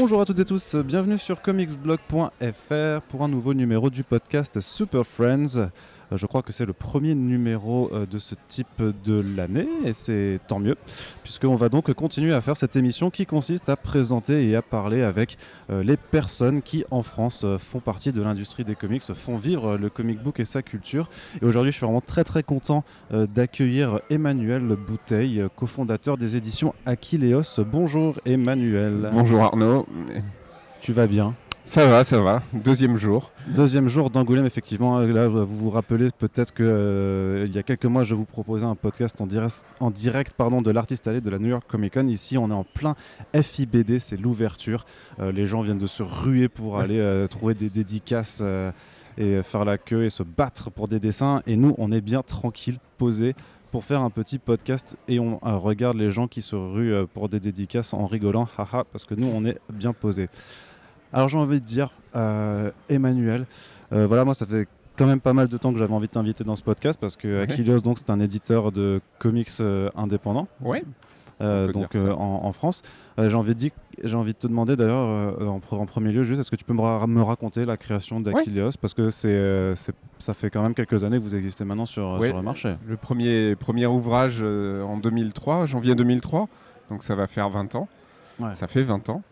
Bonjour à toutes et tous, bienvenue sur comicsblog.fr pour un nouveau numéro du podcast Super Friends. Je crois que c'est le premier numéro de ce type de l'année et c'est tant mieux puisqu'on va donc continuer à faire cette émission qui consiste à présenter et à parler avec les personnes qui en France font partie de l'industrie des comics, font vivre le comic book et sa culture. Et aujourd'hui je suis vraiment très content d'accueillir Emmanuel Bouteille, cofondateur des éditions Achilleos. Bonjour Emmanuel. Bonjour Arnaud. Tu vas bien ? Ça va. Deuxième jour d'Angoulême, effectivement. Là, vous vous rappelez peut-être qu'il y a quelques mois, je vous proposais un podcast en direct de l'Artist Alley de la New York Comic Con. Ici, on est en plein FIBD, c'est l'ouverture. Les gens viennent de se ruer pour aller trouver des dédicaces et faire la queue et se battre pour des dessins. Et nous, on est bien tranquille, posés, pour faire un petit podcast et on regarde les gens qui se ruent pour des dédicaces en rigolant, haha, parce que nous, on est bien posés. Alors j'ai envie de dire, Emmanuel, moi ça fait quand même pas mal de temps que j'avais envie de t'inviter dans ce podcast parce que Achilleos, donc, c'est un éditeur de comics indépendant. Oui. En France. J'ai envie de te demander d'ailleurs en premier lieu juste, est-ce que tu peux me raconter la création d'Achilleos parce que ça fait quand même quelques années que vous existez maintenant sur le marché. Le premier ouvrage en 2003, janvier 2003, donc ça va faire 20 ans. Ouais. Ça fait 20 ans.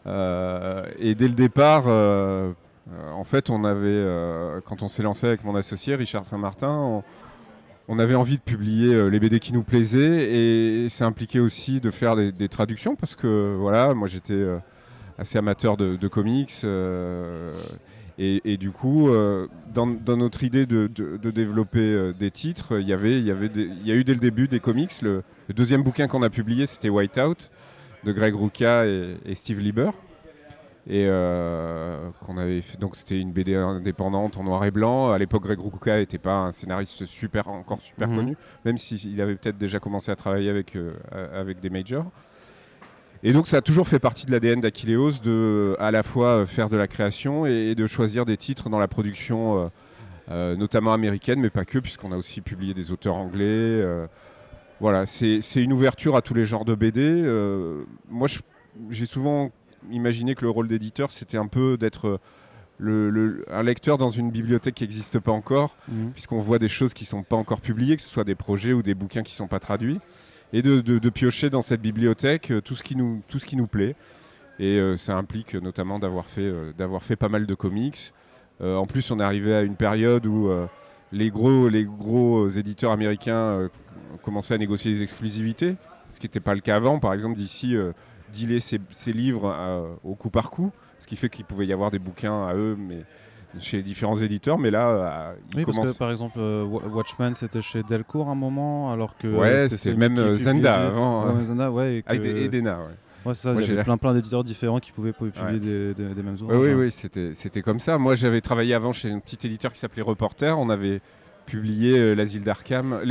Et dès le départ, en fait, on avait, quand on s'est lancé avec mon associé Richard Saint-Martin, on avait envie de publier les BD qui nous plaisaient et c'est impliqué aussi de faire des traductions parce que voilà, moi j'étais assez amateur de comics et du coup, dans notre idée de développer des titres, il y a eu dès le début des comics. Le deuxième bouquin qu'on a publié, c'était Whiteout de Greg Rucka et Steve Lieber et qu'on avait fait, donc c'était une BD indépendante en noir et blanc. À l'époque, Greg Rucka n'était pas un scénariste super connu, même s'il avait peut-être déjà commencé à travailler avec des majors. Et donc ça a toujours fait partie de l'ADN d'Achilleos de à la fois faire de la création et de choisir des titres dans la production notamment américaine, mais pas que, puisqu'on a aussi publié des auteurs anglais. Voilà, c'est une ouverture à tous les genres de BD. Moi, j'ai souvent imaginé que le rôle d'éditeur, c'était un peu d'être un lecteur dans une bibliothèque qui n'existe pas encore, puisqu'on voit des choses qui ne sont pas encore publiées, que ce soit des projets ou des bouquins qui ne sont pas traduits, et de piocher dans cette bibliothèque tout ce qui nous plaît. Et ça implique notamment d'avoir fait pas mal de comics. En plus, on est arrivé à une période où les gros éditeurs américains commençaient à négocier des exclusivités, ce qui n'était pas le cas avant. Par exemple, DC dealait ses livres au coup par coup, ce qui fait qu'il pouvait y avoir des bouquins à eux, mais chez les différents éditeurs. Mais là, parce que par exemple, Watchmen, c'était chez Delcourt à un moment, alors que c'était même Zenda avant. Zenda, avec Edena, Ouais, c'est ça, il y avait plein d'éditeurs différents qui pouvaient publier des mêmes ouvrages. Oui, c'était comme ça. Moi, j'avais travaillé avant chez un petit éditeur qui s'appelait Reporter. On avait publié l'Asile d'Arkham,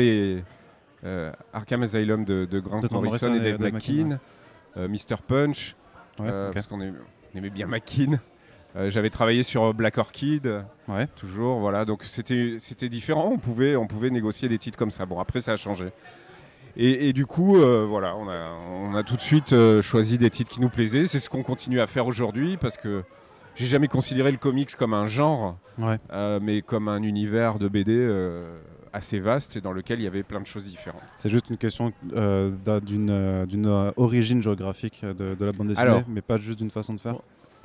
Arkham Asylum de Grant Morrison et Dave McKean, Mr. Punch, parce qu'on aimait bien McKean. J'avais travaillé sur Black Orchid, toujours. Voilà, donc c'était différent. On pouvait négocier des titres comme ça. Bon, après, ça a changé. Et du coup, on a tout de suite choisi des titres qui nous plaisaient. C'est ce qu'on continue à faire aujourd'hui parce que j'ai jamais considéré le comics comme un genre, mais comme un univers de BD assez vaste et dans lequel il y avait plein de choses différentes. C'est juste une question d'une origine géographique de la bande dessinée, mais pas juste d'une façon de faire.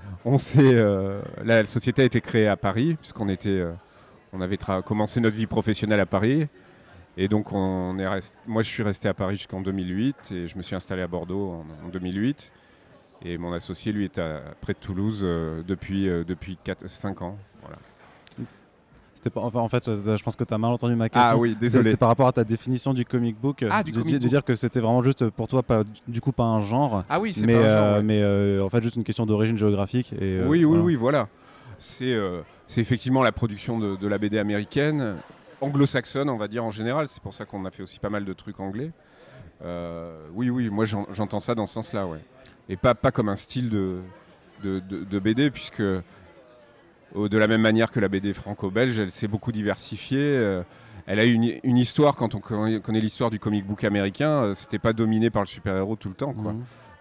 La société a été créée à Paris puisqu'on avait commencé notre vie professionnelle à Paris. Et donc, moi, je suis resté à Paris jusqu'en 2008 et je me suis installé à Bordeaux en 2008. Et mon associé, lui, est près de Toulouse depuis 5 ans. Voilà. En fait, je pense que tu as mal entendu ma question. Ah oui, désolé. C'était par rapport à ta décision du comic book. De dire que c'était vraiment juste pour toi, pas un genre. Ah oui, c'est pas un genre. Mais en fait, juste une question d'origine géographique. Et, voilà. C'est effectivement la production de la BD américaine. Anglo-saxonne, on va dire en général, c'est pour ça qu'on a fait aussi pas mal de trucs anglais. Moi j'entends ça dans ce sens-là, et pas comme un style de BD, puisque de la même manière que la BD franco-belge, elle s'est beaucoup diversifiée. Elle a une histoire, quand on connaît l'histoire du comic book américain, c'était pas dominé par le super-héros tout le temps, quoi.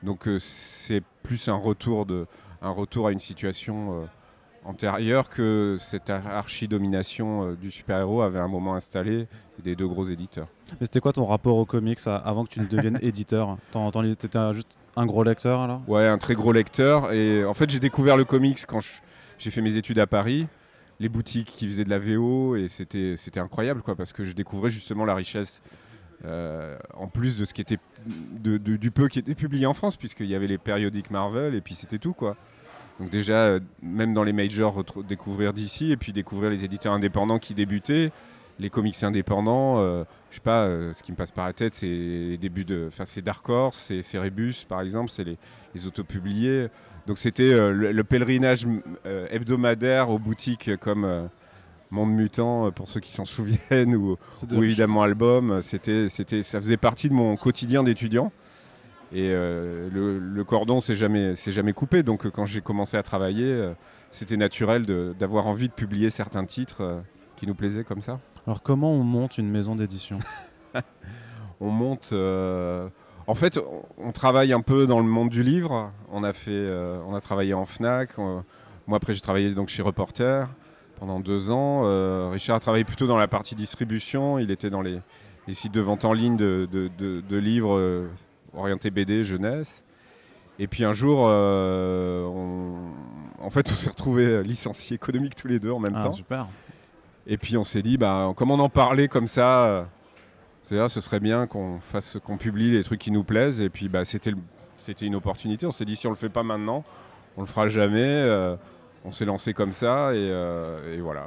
Donc c'est plus un retour à une situation antérieure que cette archi-domination du super-héros avait un moment installé des deux gros éditeurs. Mais c'était quoi ton rapport aux comics avant que tu ne deviennes éditeur? T'étais juste un gros lecteur alors? Ouais, un très gros lecteur. Et en fait, j'ai découvert le comics quand j'ai fait mes études à Paris. Les boutiques qui faisaient de la VO, et c'était incroyable, quoi, parce que je découvrais justement la richesse, en plus de ce qui était du peu qui était publié en France, puisqu'il y avait les périodiques Marvel, et puis c'était tout, quoi. Donc déjà, même dans les majors, découvrir DC, et puis découvrir les éditeurs indépendants qui débutaient, les comics indépendants, je sais pas, ce qui me passe par la tête, c'est les débuts c'est Dark Horse, c'est Rébus par exemple, c'est les autopubliés. Donc c'était le pèlerinage hebdomadaire aux boutiques comme Monde Mutant, pour ceux qui s'en souviennent, ou évidemment Album. Ça faisait partie de mon quotidien d'étudiant. Et le cordon s'est jamais coupé. Donc quand j'ai commencé à travailler, c'était naturel d'avoir envie de publier certains titres qui nous plaisaient comme ça. Alors comment on monte une maison d'édition? On monte... En fait, on travaille un peu dans le monde du livre. On a travaillé en Fnac. Moi, après, j'ai travaillé donc chez Reporter pendant 2 ans. Richard a travaillé plutôt dans la partie distribution. Il était dans les sites de vente en ligne de livres orientés BD, jeunesse. Et puis un jour, on s'est retrouvés licenciés économiques tous les deux en même temps. Super. Et puis on s'est dit, comme on en parlait comme ça, ce serait bien qu'on publie les trucs qui nous plaisent. Et puis c'était une opportunité. On s'est dit, si on le fait pas maintenant, on le fera jamais. On s'est lancé comme ça et voilà.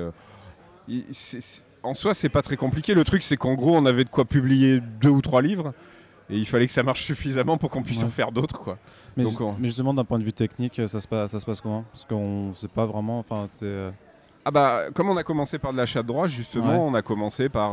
En soi, c'est pas très compliqué. Le truc, c'est qu'en gros, on avait de quoi publier 2 ou 3 livres. Et il fallait que ça marche suffisamment pour qu'on puisse en faire d'autres, quoi. Mais justement, d'un point de vue technique, ça se passe comment? Parce qu'on ne sait pas vraiment. Comme on a commencé par de l'achat de droits, justement, on a commencé par...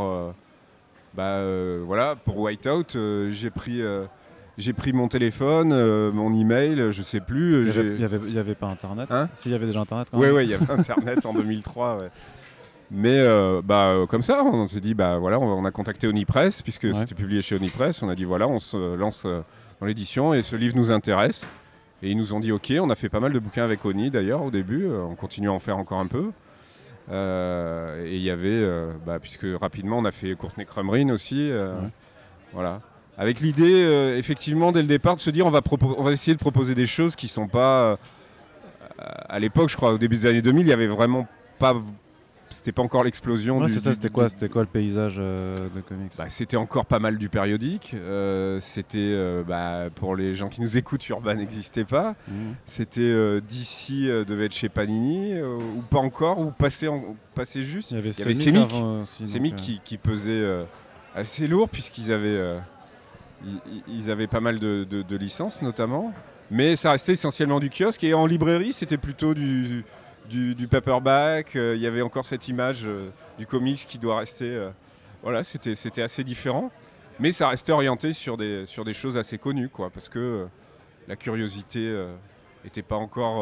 pour Whiteout, j'ai pris mon téléphone, mon email, je sais plus. Il y avait pas Internet. S'il y avait déjà Internet quand même. Oui, il y avait Internet en 2003, ouais. Mais comme ça, on s'est dit, on a contacté Onipress, puisque c'était publié chez Onipress. On a dit, on se lance dans l'édition et ce livre nous intéresse. Et ils nous ont dit, ok, on a fait pas mal de bouquins avec Oni d'ailleurs au début, on continue à en faire encore un peu. Et il y avait, puisque rapidement on a fait Courtney Crumrin aussi. Voilà. Avec l'idée, effectivement, dès le départ, de se dire, on va essayer de proposer des choses qui sont pas... à l'époque, je crois, au début des années 2000, il y avait vraiment pas... C'était pas encore l'explosion. C'était quoi le paysage de comics? C'était encore pas mal du périodique. C'était pour les gens qui nous écoutent, Urban n'existait pas. C'était DC devait être chez Panini ou pas encore, ou passer juste. Il y avait Semic qui pesait assez lourd puisqu'ils avaient ils avaient pas mal de licences notamment. Mais ça restait essentiellement du kiosque, et en librairie c'était plutôt du paperback. Il y avait encore cette image du comics qui doit rester... c'était assez différent. Mais ça restait orienté sur des choses assez connues, quoi, parce que la curiosité n'était pas encore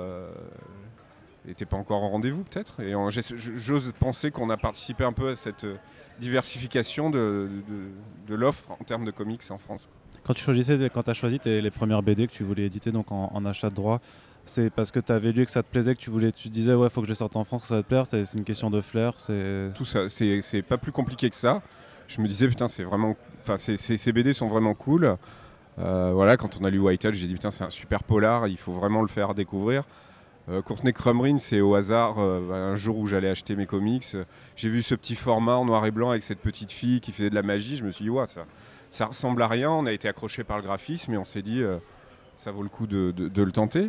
au rendez-vous, peut-être. Et j'ose penser qu'on a participé un peu à cette diversification de l'offre en termes de comics en France. Quand tu as choisi les premières BD que tu voulais éditer donc en achat de droit, c'est parce que tu avais lu et que ça te plaisait, que tu te disais faut que je les sorte en France, que ça va te plaire, c'est une question de flair, tout ça, c'est pas plus compliqué que ça. Je me disais putain, ces BD sont vraiment cool. Quand on a lu Whiteout, j'ai dit putain, c'est un super polar, il faut vraiment le faire découvrir. Courtney Crumrin, c'est au hasard, un jour où j'allais acheter mes comics, j'ai vu ce petit format en noir et blanc avec cette petite fille qui faisait de la magie. Je me suis dit ça ressemble à rien. On a été accroché par le graphisme et on s'est dit ça vaut le coup de le tenter.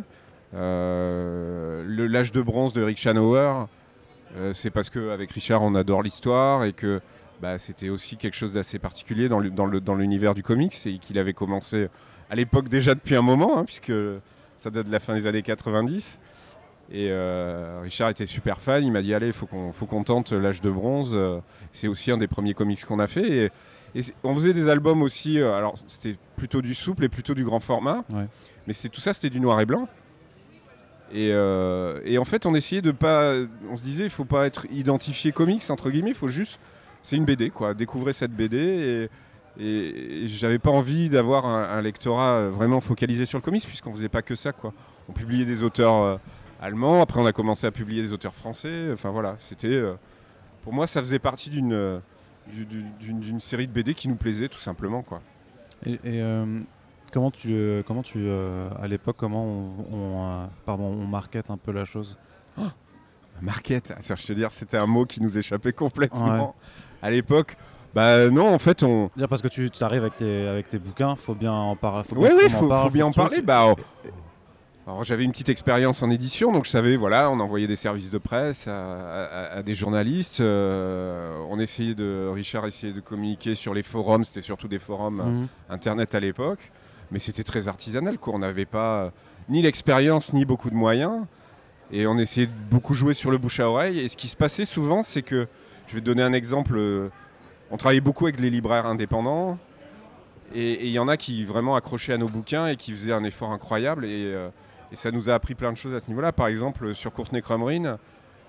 L'âge de bronze de Rick Shanower, c'est parce qu'avec Richard on adore l'histoire et que c'était aussi quelque chose d'assez particulier dans l'univers du comics, et qu'il avait commencé à l'époque déjà depuis un moment, puisque ça date de la fin des années 90. Et Richard était super fan, il m'a dit allez, faut qu'on tente l'âge de bronze. C'est aussi un des premiers comics qu'on a fait. Et on faisait des albums aussi, alors c'était plutôt du souple et plutôt du grand format, mais tout ça c'était du noir et blanc. Et en fait on essayait on se disait il faut pas être identifié comics entre guillemets, il faut juste, c'est une BD quoi, découvrez cette BD Et j'avais pas envie d'avoir un lectorat vraiment focalisé sur le comics, puisqu'on faisait pas que ça, quoi. On publiait des auteurs allemands, après on a commencé à publier des auteurs français. Enfin voilà, c'était pour moi ça faisait partie d'une série de BD qui nous plaisait tout simplement, quoi. Et comment tu à l'époque, comment on market un peu la chose? Market, je te dire, c'était un mot qui nous échappait complètement à l'époque. Bah non, en fait, parce que tu arrives avec tes bouquins, faut bien en parler. Faut bien en parler. Alors, j'avais une petite expérience en édition, donc je savais, voilà, on envoyait des services de presse à des journalistes. Richard essayait de communiquer sur les forums, c'était surtout des forums internet à l'époque, mais c'était très artisanal, quoi. On n'avait pas ni l'expérience ni beaucoup de moyens, et on essayait de beaucoup jouer sur le bouche à oreille. Et ce qui se passait souvent, c'est que, je vais te donner un exemple. On travaillait beaucoup avec les libraires indépendants, et il y en a qui vraiment accrochaient à nos bouquins et qui faisaient un effort incroyable, et ça nous a appris plein de choses à ce niveau-là. Par exemple, sur Courtney Crumrin,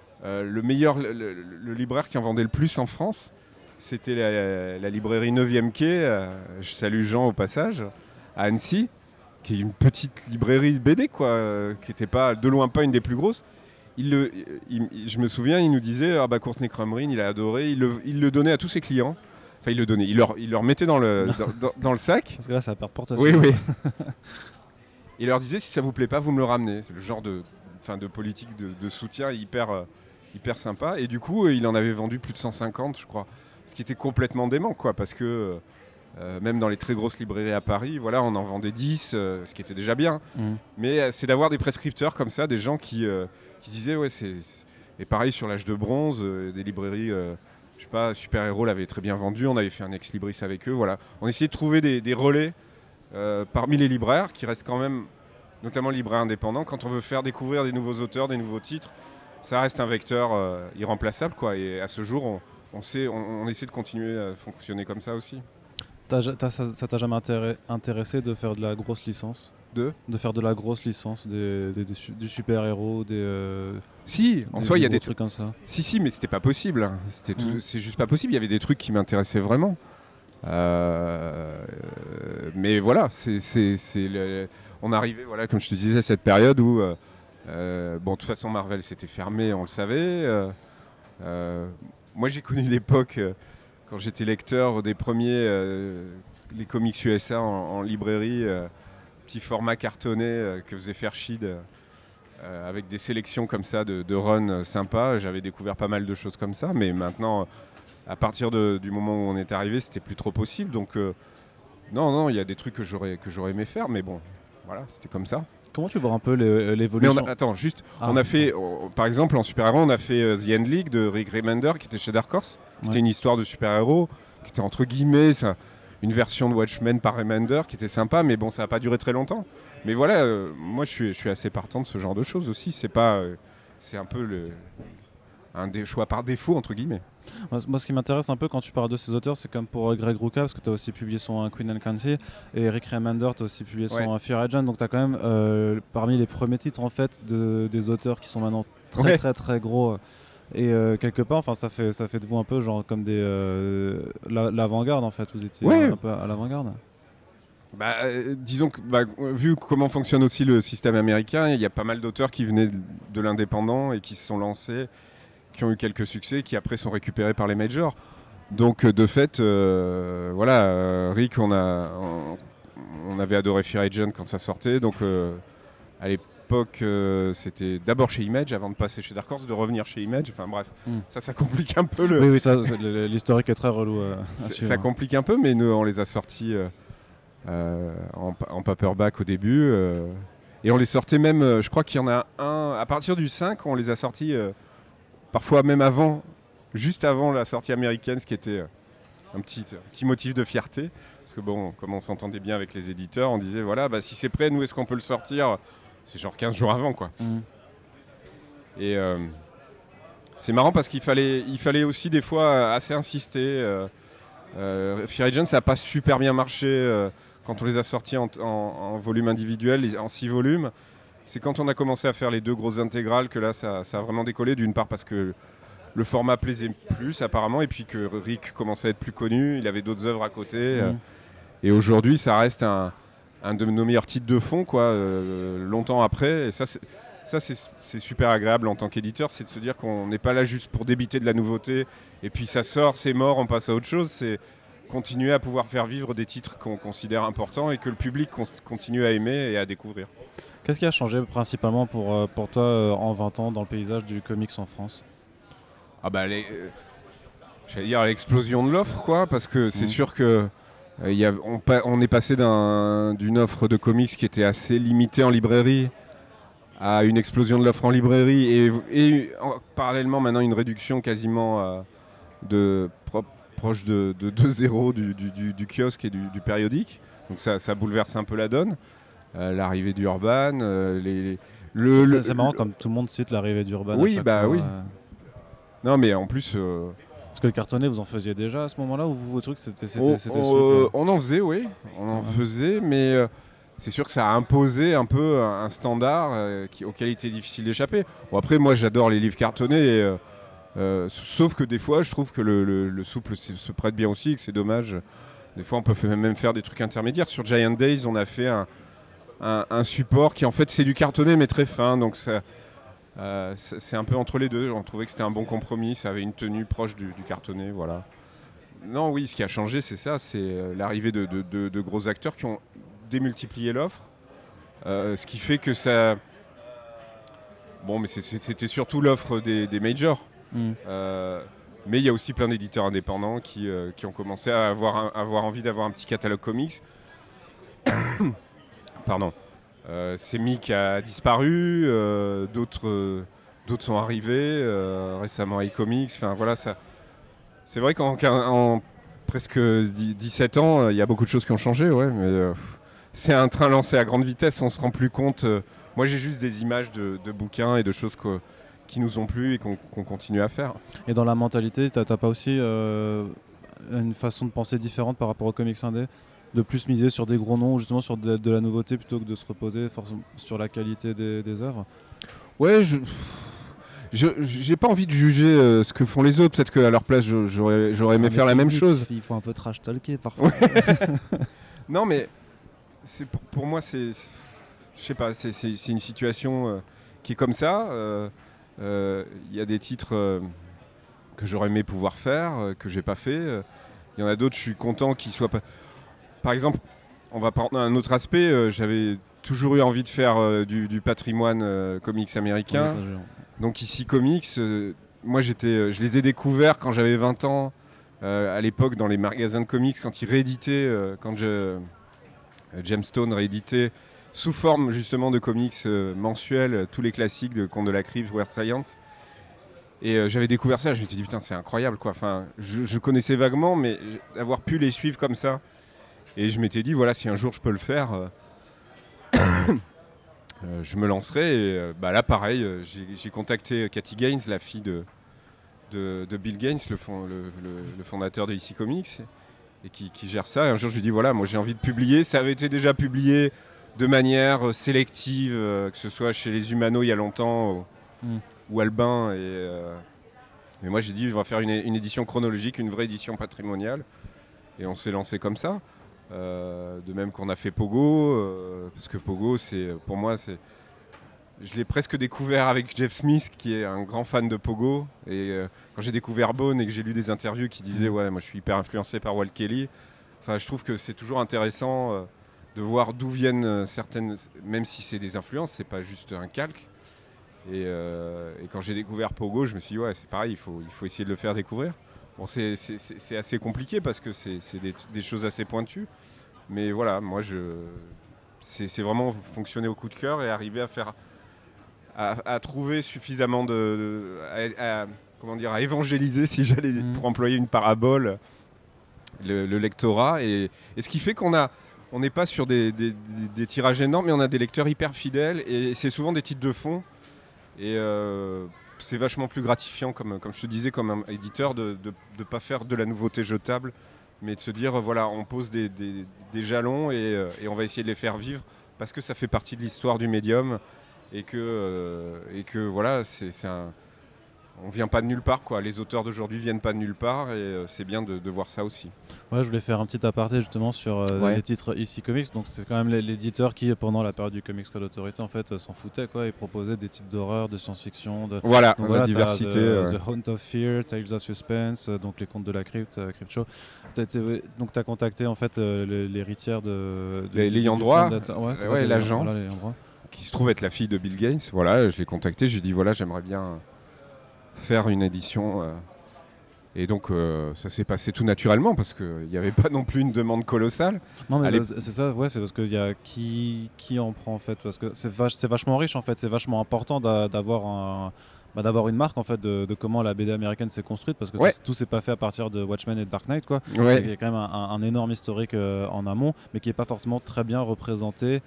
le libraire qui en vendait le plus en France, c'était la librairie 9e Quai, je salue Jean au passage, à Annecy, qui est une petite librairie BD, quoi, qui n'était pas de loin pas une des plus grosses. Je me souviens, il nous disait Courtney Crumrin, il a adoré, il le donnait à tous ses clients. Enfin, il leur mettait dans le sac. Parce que là, ça perd pour toi. Oui. Il leur disait, si ça vous plaît pas, vous me le ramenez. C'est le genre de politique de soutien hyper sympa. Et du coup, il en avait vendu plus de 150, je crois. Ce qui était complètement dément, quoi, parce que même dans les très grosses librairies à Paris, voilà, on en vendait 10, ce qui était déjà bien. Mais c'est d'avoir des prescripteurs comme ça, des gens qui disaient, et pareil sur l'âge de bronze, des librairies, je sais pas, Super Héros l'avait très bien vendu, on avait fait un ex-libris avec eux, voilà. On essayait de trouver des relais parmi les libraires, qui restent quand même, notamment libraires indépendants. Quand on veut faire découvrir des nouveaux auteurs, des nouveaux titres, ça reste un vecteur irremplaçable, quoi. Et à ce jour, on essaie de continuer à fonctionner comme ça aussi. Ça t'a jamais intéressé de faire de la grosse licence? De faire de la grosse licence, du super-héros, Si, en soi, il y a des trucs comme ça. Si, mais c'était pas possible. C'est juste pas possible. Il y avait des trucs qui m'intéressaient vraiment. Mais voilà, on arrivait, voilà, comme je te disais, à cette période où, de toute façon, Marvel s'était fermé, on le savait. Moi, j'ai connu l'époque quand j'étais lecteur des premiers les comics USA en librairie, petit format cartonné que faisait Fairchild, avec des sélections comme ça de runs sympas. J'avais découvert pas mal de choses comme ça, mais maintenant, à partir du moment où on est arrivé, c'était plus trop possible. Donc non, il y a des trucs que j'aurais aimé faire, mais bon, voilà, c'était comme ça. Comment tu vois un peu l'évolution? Attends, juste, on a fait, par exemple, en super-héros, on a fait The End League de Rick Remender, qui était chez Dark Horse, qui était une histoire de super-héros, qui était entre guillemets une version de Watchmen par Remender, qui était sympa, mais bon, ça n'a pas duré très longtemps. Mais voilà, moi, je suis assez partant de ce genre de choses aussi. C'est un peu un des choix par défaut, entre guillemets. Moi, ce qui m'intéresse un peu quand tu parles de ces auteurs, c'est comme pour Greg Rucka, parce que tu as aussi publié son Queen and Country, et Rick Remender, tu as aussi publié son Fear Agent, donc tu as quand même parmi les premiers titres en fait des auteurs qui sont maintenant très gros, et quelque part, enfin ça fait de vous un peu genre comme l'avant-garde en fait, vous étiez un peu à l'avant-garde. Disons que vu comment fonctionne aussi le système américain, il y a pas mal d'auteurs qui venaient de l'indépendant et qui se sont lancés, qui ont eu quelques succès, qui après sont récupérés par les majors. Donc de fait, Rick, on avait adoré Fear Agent quand ça sortait. Donc à l'époque, c'était d'abord chez Image avant de passer chez Dark Horse, de revenir chez Image. Enfin bref, ça complique un peu le. Oui, l'historique est très relou. Ça complique un peu, mais nous on les a sortis en paperback au début. Et on les sortait même, je crois qu'il y en a un, à partir du 5, on les a sortis parfois même juste avant la sortie américaine, ce qui était un petit motif de fierté. Parce que bon, comme on s'entendait bien avec les éditeurs, on disait voilà, si c'est prêt, nous est-ce qu'on peut le sortir? C'est genre 15 jours avant, quoi. Et c'est marrant parce qu'il fallait aussi des fois assez insister. Fear Agent, ça n'a pas super bien marché quand on les a sortis en volume individuel, en 6 volumes. C'est quand on a commencé à faire les 2 grosses intégrales que là, ça a vraiment décollé. D'une part parce que le format plaisait plus apparemment, et puis que Rick commençait à être plus connu, il avait d'autres œuvres à côté. Et aujourd'hui, ça reste un de nos meilleurs titres de fond, quoi, longtemps après. Et ça, c'est super agréable en tant qu'éditeur, c'est de se dire qu'on n'est pas là juste pour débiter de la nouveauté, et puis ça sort, c'est mort, on passe à autre chose. C'est continuer à pouvoir faire vivre des titres qu'on considère importants et que le public continue à aimer et à découvrir. Qu'est-ce qui a changé principalement pour toi en 20 ans dans le paysage du comics en France ? J'allais dire l'explosion de l'offre, quoi, parce que c'est sûr que on est passé d'une offre de comics qui était assez limitée en librairie à une explosion de l'offre en librairie et parallèlement maintenant une réduction quasiment proche de 2-0 du kiosque et du périodique. Donc ça bouleverse un peu la donne. L'arrivée d'Urban, c'est marrant comme tout le monde cite l'arrivée d'Urban. Oui, oui. Non, mais en plus. Parce que le cartonné, vous en faisiez déjà à ce moment-là, ou vos trucs c'était on en faisait, oui. On en faisait, mais c'est sûr que ça a imposé un peu un standard auquel il était difficile d'échapper. Bon, après, moi, j'adore les livres cartonnés, sauf que des fois, je trouve que le souple se prête bien aussi, et que c'est dommage. Des fois, on peut même faire des trucs intermédiaires. Sur Giant Days, on a fait un support qui, en fait, c'est du cartonné, mais très fin. Donc, c'est un peu entre les deux. On trouvait que c'était un bon compromis. Ça avait une tenue proche du cartonné, voilà. Non, oui, ce qui a changé, c'est ça. C'est l'arrivée de gros acteurs qui ont démultiplié l'offre. Ce qui fait que ça... Bon, mais c'était surtout l'offre des majors. Mais il y a aussi plein d'éditeurs indépendants qui ont commencé à avoir envie d'avoir un petit catalogue comics. Pardon. Semic a disparu, d'autres sont arrivés, récemment iComics. Enfin voilà, ça. C'est vrai qu'en presque 17 ans, il y a beaucoup de choses qui ont changé, ouais, mais c'est un train lancé à grande vitesse, on se rend plus compte. Moi j'ai juste des images de bouquins et de choses qui nous ont plu et qu'on continue à faire. Et dans la mentalité, t'as pas aussi une façon de penser différente par rapport aux comics indés ? De plus miser sur des gros noms, justement sur de la nouveauté plutôt que de se reposer forcément sur la qualité des œuvres. Ouais, j'ai pas envie de juger ce que font les autres. Peut-être qu'à leur place, j'aurais aimé faire la même chose. Il faut un peu trash talker parfois. Non, mais pour moi, je sais pas, c'est une situation qui est comme ça. Il y a des titres que j'aurais aimé pouvoir faire, que j'ai pas fait. Il y en a d'autres, je suis content qu'ils soient pas. Par exemple, on va prendre un autre aspect. J'avais toujours eu envie de faire du patrimoine comics américain. Oui, donc ici, comics, moi je les ai découverts quand j'avais 20 ans, à l'époque dans les magasins de comics, quand ils rééditaient, Gemstone rééditait sous forme justement de comics mensuels, tous les classiques de Contes de la Crypte, Weird Science. Et j'avais découvert ça, je me suis dit putain c'est incroyable quoi. Enfin, je connaissais vaguement, mais avoir pu les suivre comme ça. Et je m'étais dit, voilà, si un jour je peux le faire, je me lancerai. Et là, pareil, j'ai contacté Cathy Gaines, la fille de Bill Gaines, le fondateur de EC Comics, et qui gère ça. Et un jour, je lui ai dit, voilà, moi j'ai envie de publier. Ça avait été déjà publié de manière sélective, que ce soit chez les Humano il y a longtemps, ou Albin. Mais moi, j'ai dit, on va faire une édition chronologique, une vraie édition patrimoniale. Et on s'est lancé comme ça. De même qu'on a fait Pogo, parce que Pogo, pour moi, je l'ai presque découvert avec Jeff Smith, qui est un grand fan de Pogo. Et quand j'ai découvert Bone et que j'ai lu des interviews qui disaient ouais, moi je suis hyper influencé par Walt Kelly. Enfin, je trouve que c'est toujours intéressant de voir d'où viennent certaines, même si c'est des influences, c'est pas juste un calque. Et quand j'ai découvert Pogo, je me suis dit ouais, c'est pareil, il faut essayer de le faire découvrir. Bon, c'est assez compliqué parce que c'est des choses assez pointues. Mais voilà, moi, c'est vraiment fonctionner au coup de cœur et arriver à trouver suffisamment à évangéliser, si j'allais, pour employer une parabole, le lectorat. Et ce qui fait qu'on n'est pas sur des tirages énormes, mais on a des lecteurs hyper fidèles. Et c'est souvent des titres de fond. Et c'est vachement plus gratifiant, comme je te disais, comme un éditeur, de ne pas faire de la nouveauté jetable, mais de se dire, voilà, on pose des jalons et on va essayer de les faire vivre, parce que ça fait partie de l'histoire du médium, et que voilà, on vient pas de nulle part, quoi. Les auteurs d'aujourd'hui viennent pas de nulle part et c'est bien de voir ça aussi. Ouais, je voulais faire un petit aparté justement sur les titres EC Comics. Donc c'est quand même l'éditeur qui, pendant la période du Comics Code Authority, en fait, s'en foutait, quoi. Ils proposaient des titres d'horreur, de science-fiction. Voilà, la diversité. The Haunt of Fear, Tales of Suspense, donc les contes de la crypte, Crypt Show. Donc tu as contacté en fait l'héritière l'ayant droit, l'agent. Voilà, qui se trouve être la fille de Bill Gates. Voilà, je l'ai contacté, je lui ai dit voilà, j'aimerais bien faire une édition. Et donc ça s'est passé tout naturellement parce qu'il n'y avait pas non plus une demande colossale. Non mais c'est ça, ouais, c'est parce qu'il y a qui en prend en fait, parce que c'est vachement riche en fait, c'est vachement important d'avoir une marque en fait de comment la BD américaine s'est construite, parce que tout s'est pas fait à partir de Watchmen et de Dark Knight, quoi. Ouais. Il y a quand même un énorme historique en amont, mais qui est pas forcément très bien représenté.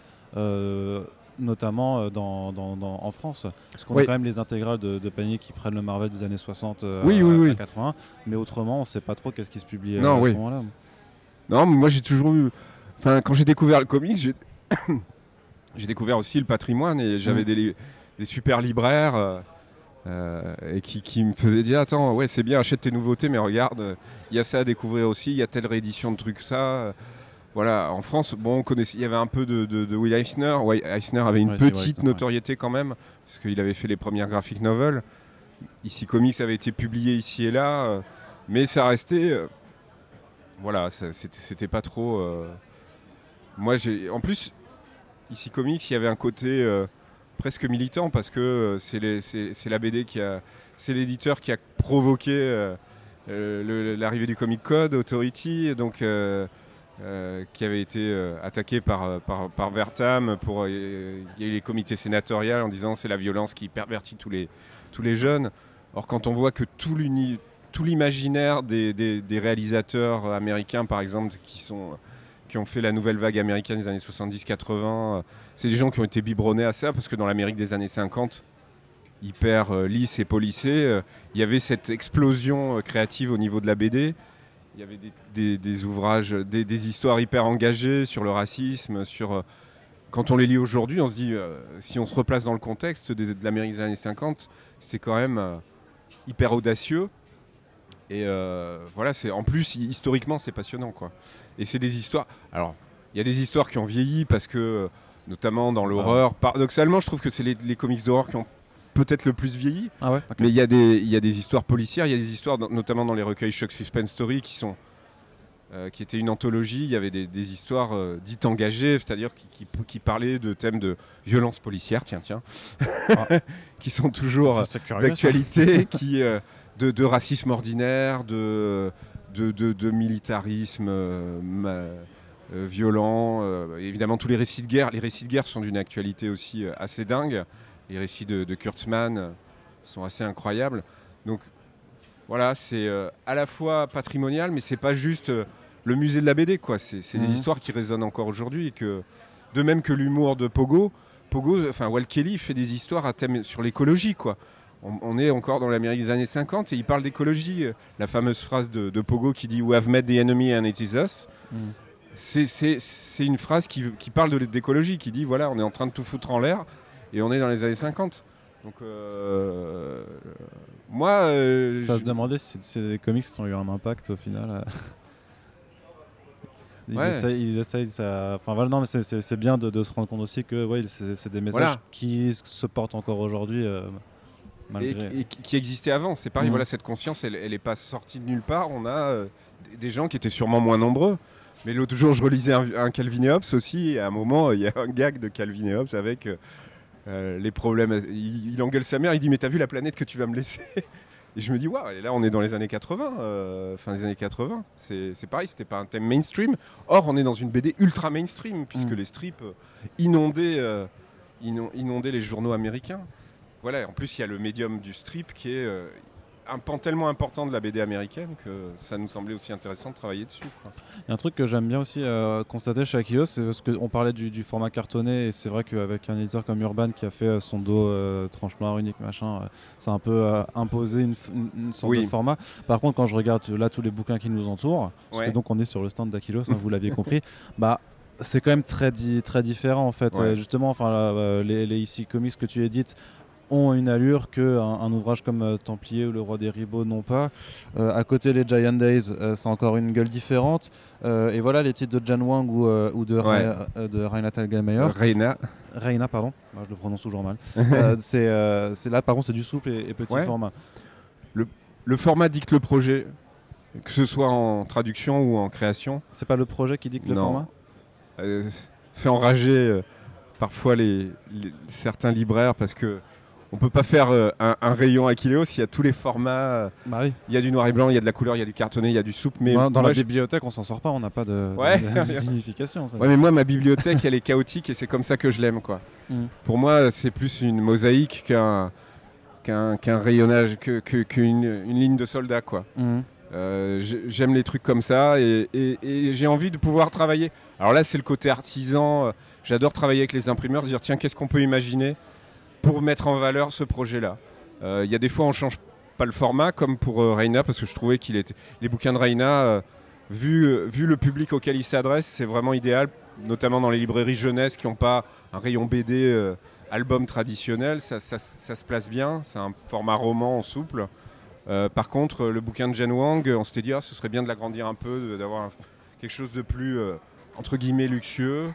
Notamment en France, parce qu'on a quand même les intégrales de Panini qui prennent le Marvel des années 60 à 80, mais autrement on sait pas trop qu'est-ce qui se publie à ce moment-là. Non, mais moi j'ai toujours eu, quand j'ai découvert le comics, j'ai découvert aussi le patrimoine et j'avais des super libraires et qui me faisaient dire attends, ouais c'est bien, achète tes nouveautés, mais regarde, il y a ça à découvrir aussi, il y a telle réédition de trucs, ça. Voilà, en France, bon, on connaissait, il y avait un peu de Will Eisner. Eisner avait une petite notoriété quand même, parce qu'il avait fait les premières graphic novels. Ici Comics avait été publié ici et là, mais ça restait... voilà, c'était pas trop... Moi, en plus, Ici Comics, il y avait un côté presque militant, parce que c'est la BD c'est l'éditeur qui a provoqué l'arrivée du Comic Code Authority, donc... qui avait été attaqué par Vertam. Il y a eu les comités sénatoriaux en disant c'est la violence qui pervertit tous les jeunes. Or, quand on voit que tout l'imaginaire des réalisateurs américains, par exemple, qui ont fait la nouvelle vague américaine des années 70-80, c'est des gens qui ont été biberonnés à ça, parce que dans l'Amérique des années 50, hyper lisse et policée, il y avait cette explosion créative au niveau de la BD. Il y avait des ouvrages, des histoires hyper engagées sur le racisme, quand on les lit aujourd'hui, on se dit, si on se replace dans le contexte de l'Amérique des années 50, c'était quand même hyper audacieux. Et voilà, en plus, historiquement, c'est passionnant, quoi. Et c'est des histoires... Alors, il y a des histoires qui ont vieilli, parce que, notamment dans l'horreur, paradoxalement, je trouve que c'est les comics d'horreur qui ont peut-être le plus vieilli, mais il y a des histoires policières, il y a des histoires, notamment dans les recueils Shock Suspense Story, qui étaient une anthologie. Il y avait des histoires dites engagées, c'est-à-dire qui parlaient de thèmes de violence policière, qui sont toujours d'actualité, de racisme ordinaire, de militarisme violent. Évidemment, tous les récits de guerre sont d'une actualité aussi assez dingue. Les récits de Kurtzman sont assez incroyables. Donc voilà, c'est à la fois patrimonial, mais c'est pas juste le musée de la BD, quoi. C'est des histoires qui résonnent encore aujourd'hui, et de même que l'humour de Pogo, Walt Kelly fait des histoires à thème sur l'écologie, quoi. On est encore dans l'Amérique des années 50 et il parle d'écologie. La fameuse phrase de Pogo qui dit « We have met the enemy and it is us ». C'est une phrase qui parle d'écologie, qui dit voilà, on est en train de tout foutre en l'air et on est dans les années 50. Donc moi... ça se demandait si c'est des comics qui ont eu un impact au final. Ils essayent ça. Enfin voilà, non, mais c'est bien de se rendre compte aussi que c'est des messages qui se portent encore aujourd'hui. Et qui existaient avant. C'est pareil, voilà, cette conscience, elle n'est pas sortie de nulle part. On a des gens qui étaient sûrement moins nombreux. Mais l'autre jour, je relisais un Calvin et Hobbes aussi. Et à un moment, il y a un gag de Calvin et Hobbes avec les problèmes. Il engueule sa mère, il dit « Mais t'as vu la planète que tu vas me laisser ?» Et je me dis « Waouh, et là, on est dans les années 80, fin des années 80. C'est pareil, c'était pas un thème mainstream. Or, on est dans une BD ultra mainstream, puisque les strips inondaient les journaux américains. Voilà, en plus, il y a le médium du strip qui est un pan tellement important de la BD américaine que ça nous semblait aussi intéressant de travailler dessus, quoi. Il y a un truc que j'aime bien aussi constater chez Akilos, c'est parce qu'on parlait du format cartonné, et c'est vrai qu'avec un éditeur comme Urban qui a fait son dos tranche noire unique, machin, ça a un peu imposé une sorte de format. Par contre, quand je regarde là tous les bouquins qui nous entourent, parce que donc on est sur le stand d'Akilos, vous l'aviez compris, c'est quand même très différent en fait. Justement, les EC Comics que tu édites, ont une allure qu'un ouvrage comme Templier ou Le Roi des Ribauds n'ont pas. À côté, les Giant Days, c'est encore une gueule différente. Et voilà, les titres de Jan Wang ou de Raina Telgemeier. Reina, pardon. Moi, je le prononce toujours mal. C'est là, par contre, c'est du souple et petit format. Le format dicte le projet, que ce soit en traduction ou en création. C'est pas le projet qui dicte le format ? Fait enrager parfois certains libraires parce que on peut pas faire un rayon Akileos, il y a tous les formats. Il y a du noir et blanc, il y a de la couleur, il y a du cartonné, il y a du souple. Mais dans la bibliothèque, on s'en sort pas, on n'a pas de signification. Ouais, mais moi, ma bibliothèque, elle est chaotique et c'est comme ça que je l'aime, quoi. Pour moi, c'est plus une mosaïque qu'un rayonnage, qu'une ligne de soldats, quoi. J'aime les trucs comme ça et j'ai envie de pouvoir travailler. Alors là, c'est le côté artisan. J'adore travailler avec les imprimeurs, dire tiens, qu'est-ce qu'on peut imaginer pour mettre en valeur ce projet-là. Il y a des fois, on change pas le format, comme pour Reina, parce que je trouvais les bouquins de Reina, vu le public auquel il s'adresse, c'est vraiment idéal, notamment dans les librairies jeunesse qui n'ont pas un rayon BD album traditionnel, ça se place bien. C'est un format roman en souple. Par contre, le bouquin de Jan Wang, on s'était dit ce serait bien de l'agrandir un peu, d'avoir quelque chose de plus entre guillemets luxueux.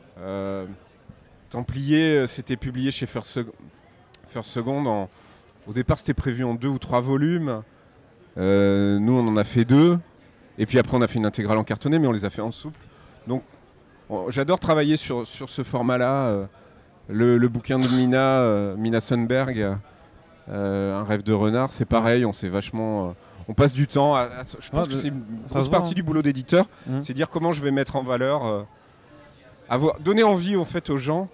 Templier, c'était publié chez First Second. Au départ, c'était prévu en 2 ou 3 volumes. Nous, on en a fait 2. Et puis après, on a fait une intégrale en cartonné, mais on les a fait en souple. Donc, j'adore travailler sur ce format-là. Le bouquin de Mina Sundberg, Un rêve de renard, c'est pareil. On s'est vachement... on passe du temps je pense que c'est une grosse partie du boulot d'éditeur. C'est dire comment je vais mettre en valeur... donner envie en fait aux gens.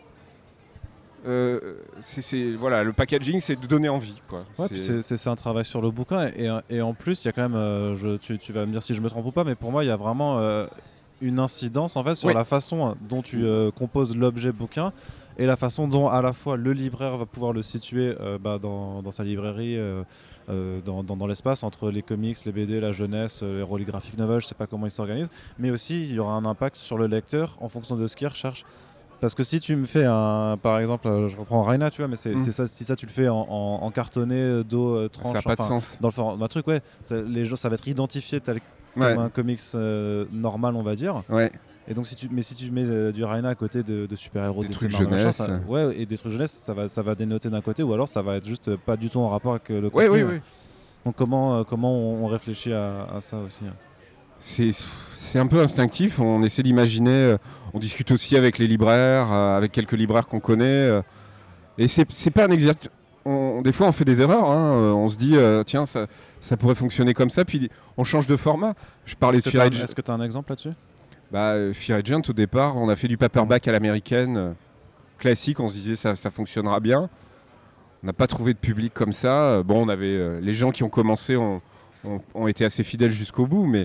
Voilà, le packaging, c'est de donner envie, quoi. Ouais, c'est un travail sur le bouquin et en plus il y a quand même tu vas me dire si je me trompe ou pas, mais pour moi il y a vraiment une incidence en fait sur la façon dont tu composes l'objet bouquin et la façon dont à la fois le libraire va pouvoir le situer dans sa librairie, dans l'espace entre les comics, les BD, la jeunesse, les rôles graphic novels, je sais pas comment ils s'organisent, mais aussi il y aura un impact sur le lecteur en fonction de ce qu'il recherche. Parce que si tu me fais par exemple, je reprends Raina, tu vois, mais c'est ça, si ça tu le fais en cartonné, dos, tranche, ça n'a pas de sens. Dans le format truc, les gens, ça va être identifié comme un comics normal, on va dire. Ouais. Et donc si tu mets du Raina à côté de super-héros, des trucs jeunesse, et des trucs jeunesse, ça va dénoter d'un côté, ou alors ça va être juste pas du tout en rapport avec le contenu. Oui. Donc comment on réfléchit à ça aussi, hein. C'est un peu instinctif, on essaie d'imaginer, on discute aussi avec les libraires, avec quelques libraires qu'on connaît, et c'est pas un exercice. Des fois on fait des erreurs, hein, on se dit tiens ça pourrait fonctionner comme ça, puis on change de format. Je parlais de Fear Agent. Est-ce que tu as un exemple là-dessus ? Fear Agent, au départ, on a fait du paperback à l'américaine, classique, on se disait ça fonctionnera bien. On n'a pas trouvé de public comme ça. Bon, on avait les gens qui ont commencé ont été assez fidèles jusqu'au bout, mais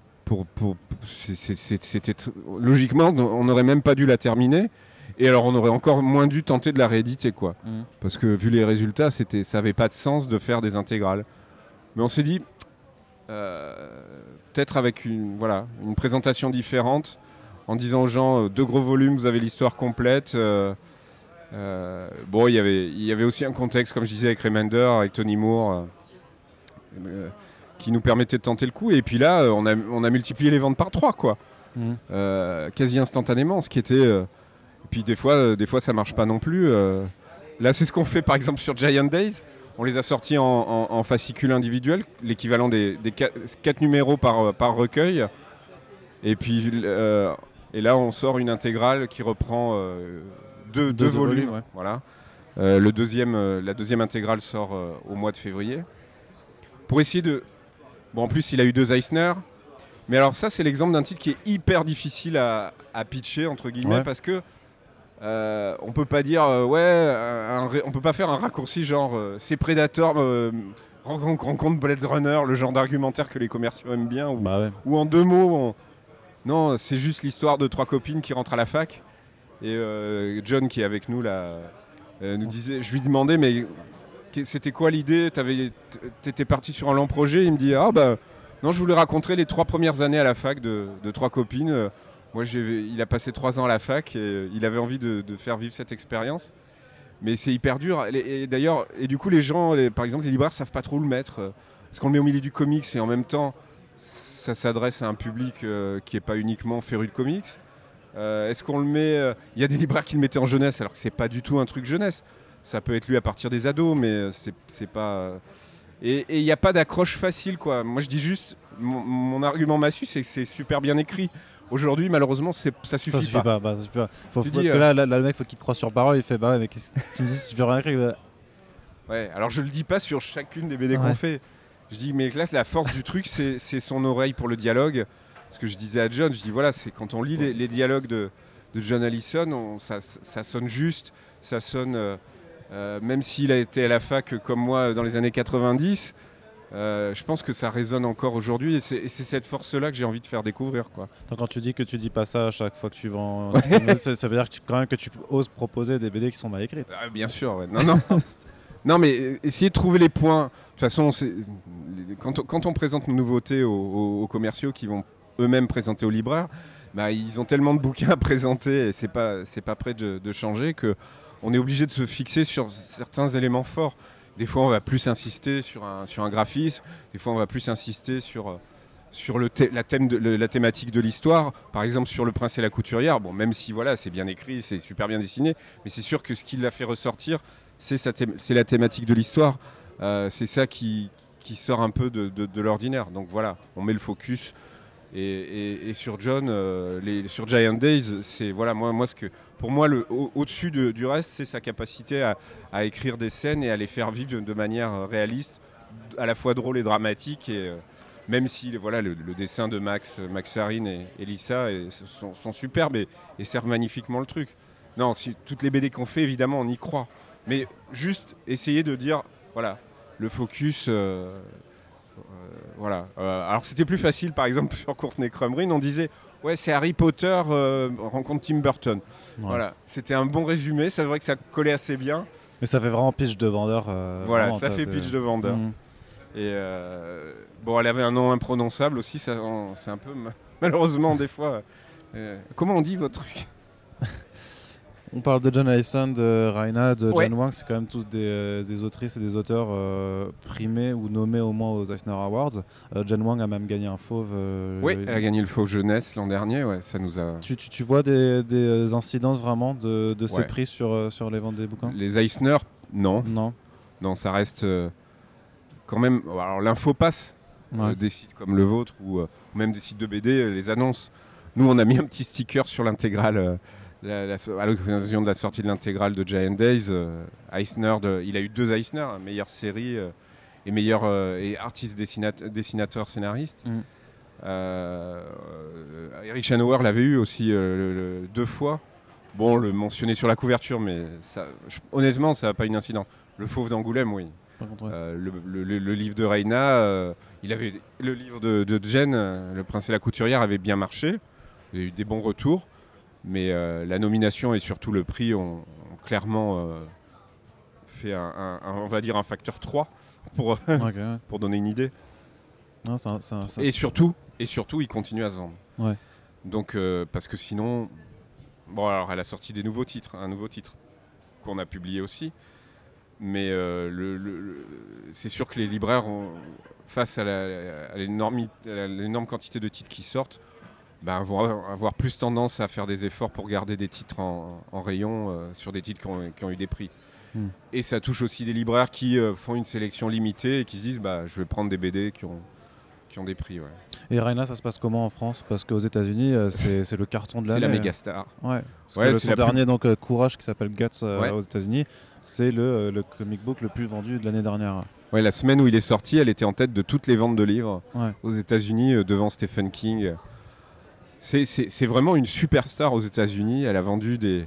c'était logiquement, on n'aurait même pas dû la terminer. Et alors, on aurait encore moins dû tenter de la rééditer, quoi. Parce que vu les résultats, ça n'avait pas de sens de faire des intégrales. Mais on s'est dit, peut-être avec une présentation différente, en disant aux gens 2 gros volumes, vous avez l'histoire complète. Bon, il y avait aussi un contexte, comme je disais, avec Remender, avec Tony Moore, qui nous permettait de tenter le coup. Et puis là, on a multiplié les ventes par 3, quoi. Quasi instantanément, ce qui était... et puis des fois, ça marche pas non plus. Là, c'est ce qu'on fait, par exemple, sur Giant Days. On les a sortis en fascicules individuels, l'équivalent des 4 numéros par recueil. Et puis, et là, on sort une intégrale qui reprend deux volumes. Ouais. Voilà. La deuxième intégrale sort au mois de février. Pour essayer de... Bon, en plus, il a eu 2 Eisner. Mais alors ça, c'est l'exemple d'un titre qui est hyper difficile à pitcher, entre guillemets, parce que on peut pas dire, on peut pas faire un raccourci genre c'est Predator rencontre Blade Runner, le genre d'argumentaire que les commerciaux aiment bien, ou en 2 mots, non, c'est juste l'histoire de 3 copines qui rentrent à la fac. Et John, qui est avec nous là, nous disait, je lui demandais, mais c'était quoi l'idée ? T'étais parti sur un long projet. Il me dit, non, je voulais raconter les 3 premières années à la fac de 3 copines. Moi, il a passé 3 ans à la fac et il avait envie de faire vivre cette expérience. Mais c'est hyper dur. Et d'ailleurs, du coup, les gens, par exemple, les libraires savent pas trop où le mettre. Parce qu'on le met au milieu du comics et en même temps, ça s'adresse à un public qui n'est pas uniquement féru de comics. Est-ce qu'on le met... Il y a des libraires qui le mettaient en jeunesse alors que c'est pas du tout un truc jeunesse. Ça peut être lu à partir des ados, mais c'est pas... Et il n'y a pas d'accroche facile, quoi. Moi, je dis juste, mon argument massu, c'est que c'est super bien écrit. Aujourd'hui, malheureusement, ça suffit pas. Ça suffit pas. Parce que là, le mec, faut qu'il te croie sur parole. Il fait, bah ouais, mais qu'est-ce que tu me dis, c'est super bien écrit. Ouais, alors je le dis pas sur chacune des BD qu'on fait. Je dis, mais là, la force du truc, c'est son oreille pour le dialogue. Ce que je disais à John, je dis, voilà, c'est quand on lit les dialogues de John Allison, ça sonne juste, ça sonne... même s'il a été à la fac comme moi dans les années 90, je pense que ça résonne encore aujourd'hui et c'est cette force-là que j'ai envie de faire découvrir, quoi. Donc, quand tu dis que tu dis pas ça à chaque fois que tu vends, ça veut dire que quand même que tu oses proposer des BD qui sont mal écrites. Bien sûr, ouais. Non. Non, mais essayer de trouver les points. De toute façon, quand on présente nos nouveautés aux commerciaux qui vont eux-mêmes présenter aux libraires, bah, ils ont tellement de bouquins à présenter et c'est pas prêt de changer que on est obligé de se fixer sur certains éléments forts. Des fois, on va plus insister sur un graphisme. Des fois, on va plus insister sur la thématique de l'histoire. Par exemple, sur Le Prince et la Couturière. Bon, même si voilà, c'est bien écrit, c'est super bien dessiné, mais c'est sûr que ce qui l'a fait ressortir, c'est la thématique de l'histoire. C'est ça qui sort un peu de l'ordinaire. Donc voilà, on met le focus. Et sur John, sur Giant Days, c'est voilà, pour moi au-dessus du reste, c'est sa capacité à écrire des scènes et à les faire vivre de manière réaliste, à la fois drôle et dramatique. Et même si voilà, le dessin de Max Sarin et Lisa sont superbes et servent magnifiquement le truc. Non, toutes les BD qu'on fait, évidemment, on y croit. Mais juste essayer de dire, voilà, le focus... voilà. Alors c'était plus facile, par exemple, sur Courtney Crumrin, on disait ouais, c'est Harry Potter rencontre Tim Burton. Ouais. Voilà, c'était un bon résumé, c'est vrai que ça collait assez bien. Mais ça fait vraiment pitch de vendeur. Voilà, ça fait pitch de vendeur. Et bon, elle avait un nom imprononçable aussi, c'est un peu malheureusement des fois. Comment on dit votre truc? On parle de John Allison, de Raina, de Jen Wang, c'est quand même tous des autrices et des auteurs primés ou nommés au moins aux Eisner Awards. Jen Wang a même gagné un Fauve. Oui, elle a gagné le Fauve Jeunesse l'an dernier, ouais, ça nous a... Tu vois des incidences vraiment de ces prix sur les ventes des bouquins? Les Eisner, non. Non, ça reste quand même... Alors l'info passe, des sites comme le vôtre ou même des sites de BD les annoncent. Nous, on a mis un petit sticker sur l'intégrale... à l'occasion de la sortie de l'intégrale de Giant Days, Eisner, il a eu 2 Eisner, meilleure série et meilleur et artiste dessinateur scénariste. Eric Chenauer l'avait eu aussi 2 fois. Bon, le mentionner sur la couverture, mais honnêtement, ça n'a pas une incidence. Le Fauve d'Angoulême, oui. Le livre de Raina, il avait le livre de Jen, Le Prince et la Couturière, avait bien marché. Il y a eu des bons retours. Mais la nomination et surtout le prix ont clairement fait on va dire un facteur 3 pour donner une idée. Non, et surtout, il continue à se vendre. Ouais. Donc, parce que sinon... Bon, alors elle a sorti un nouveau titre qu'on a publié aussi. Mais c'est sûr que les libraires, face à l'énorme quantité de titres qui sortent, vont avoir plus tendance à faire des efforts pour garder des titres en rayon sur des titres qui ont eu des prix. Et ça touche aussi des libraires qui font une sélection limitée et qui se disent je vais prendre des BD qui ont des prix. Ouais. Et Raina, ça se passe comment en France? Parce qu'aux États-Unis, c'est le carton de l'année. C'est la méga star. Ouais. Son dernier Courage, qui s'appelle Guts aux États-Unis, c'est le comic book le plus vendu de l'année dernière. Ouais, la semaine où il est sorti, elle était en tête de toutes les ventes de livres aux États-Unis devant Stephen King. C'est vraiment une superstar aux États-Unis. Elle a vendu des...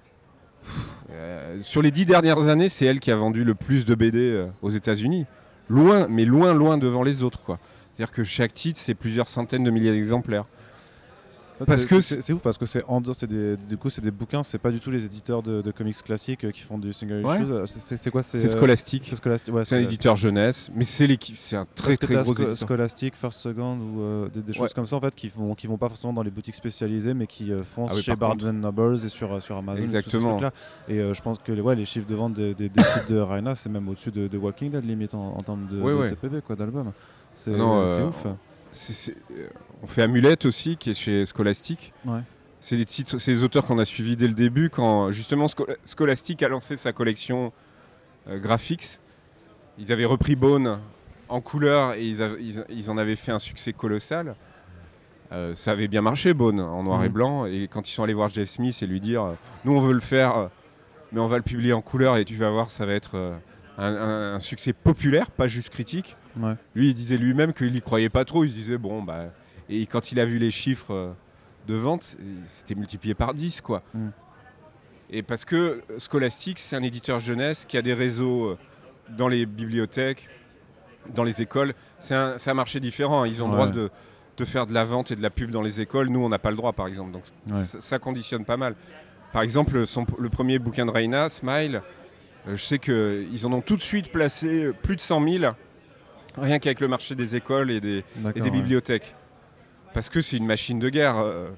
sur les 10 dernières années, c'est elle qui a vendu le plus de BD aux États-Unis. Loin devant les autres, quoi. C'est-à-dire que chaque titre, c'est plusieurs centaines de milliers d'exemplaires. Parce que c'est ouf parce que c'est des bouquins, c'est pas du tout les éditeurs de comics classiques qui font du single issue. C'est quoi? C'est Scholastic. Ouais, c'est un éditeur jeunesse, mais c'est un très très gros éditeur. Scholastic, First Second ou des choses comme ça en fait qui vont pas forcément dans les boutiques spécialisées, mais qui foncent chez Barnes & Noble et sur Amazon. Exactement. Et je pense que les chiffres de vente des titres de Raina, c'est même au-dessus de Walking Dead limite en termes de TPB quoi, d'album. C'est ouf. On fait Amulette aussi, qui est chez Scholastic. Ouais. C'est des auteurs qu'on a suivis dès le début, quand justement Scholastic a lancé sa collection Graphics. Ils avaient repris Bone en couleur et ils en avaient fait un succès colossal. Ça avait bien marché, Bone, en noir et blanc. Et quand ils sont allés voir Jeff Smith et lui dire nous on veut le faire, mais on va le publier en couleur et tu vas voir, ça va être un succès populaire, pas juste critique. Ouais. Lui, il disait lui-même qu'il n'y croyait pas trop. Il se disait, bon, bah. Et quand il a vu les chiffres de vente, c'était multiplié par 10, quoi. Et parce que Scholastic, c'est un éditeur jeunesse qui a des réseaux dans les bibliothèques, dans les écoles. C'est un marché différent. Ils ont le droit de faire de la vente et de la pub dans les écoles. Nous, on n'a pas le droit, par exemple. Donc, ça conditionne pas mal. Par exemple, le premier bouquin de Raina, Smile, je sais qu'ils en ont tout de suite placé plus de 100 000. Rien qu'avec le marché des écoles et des bibliothèques. Parce que c'est une machine de guerre,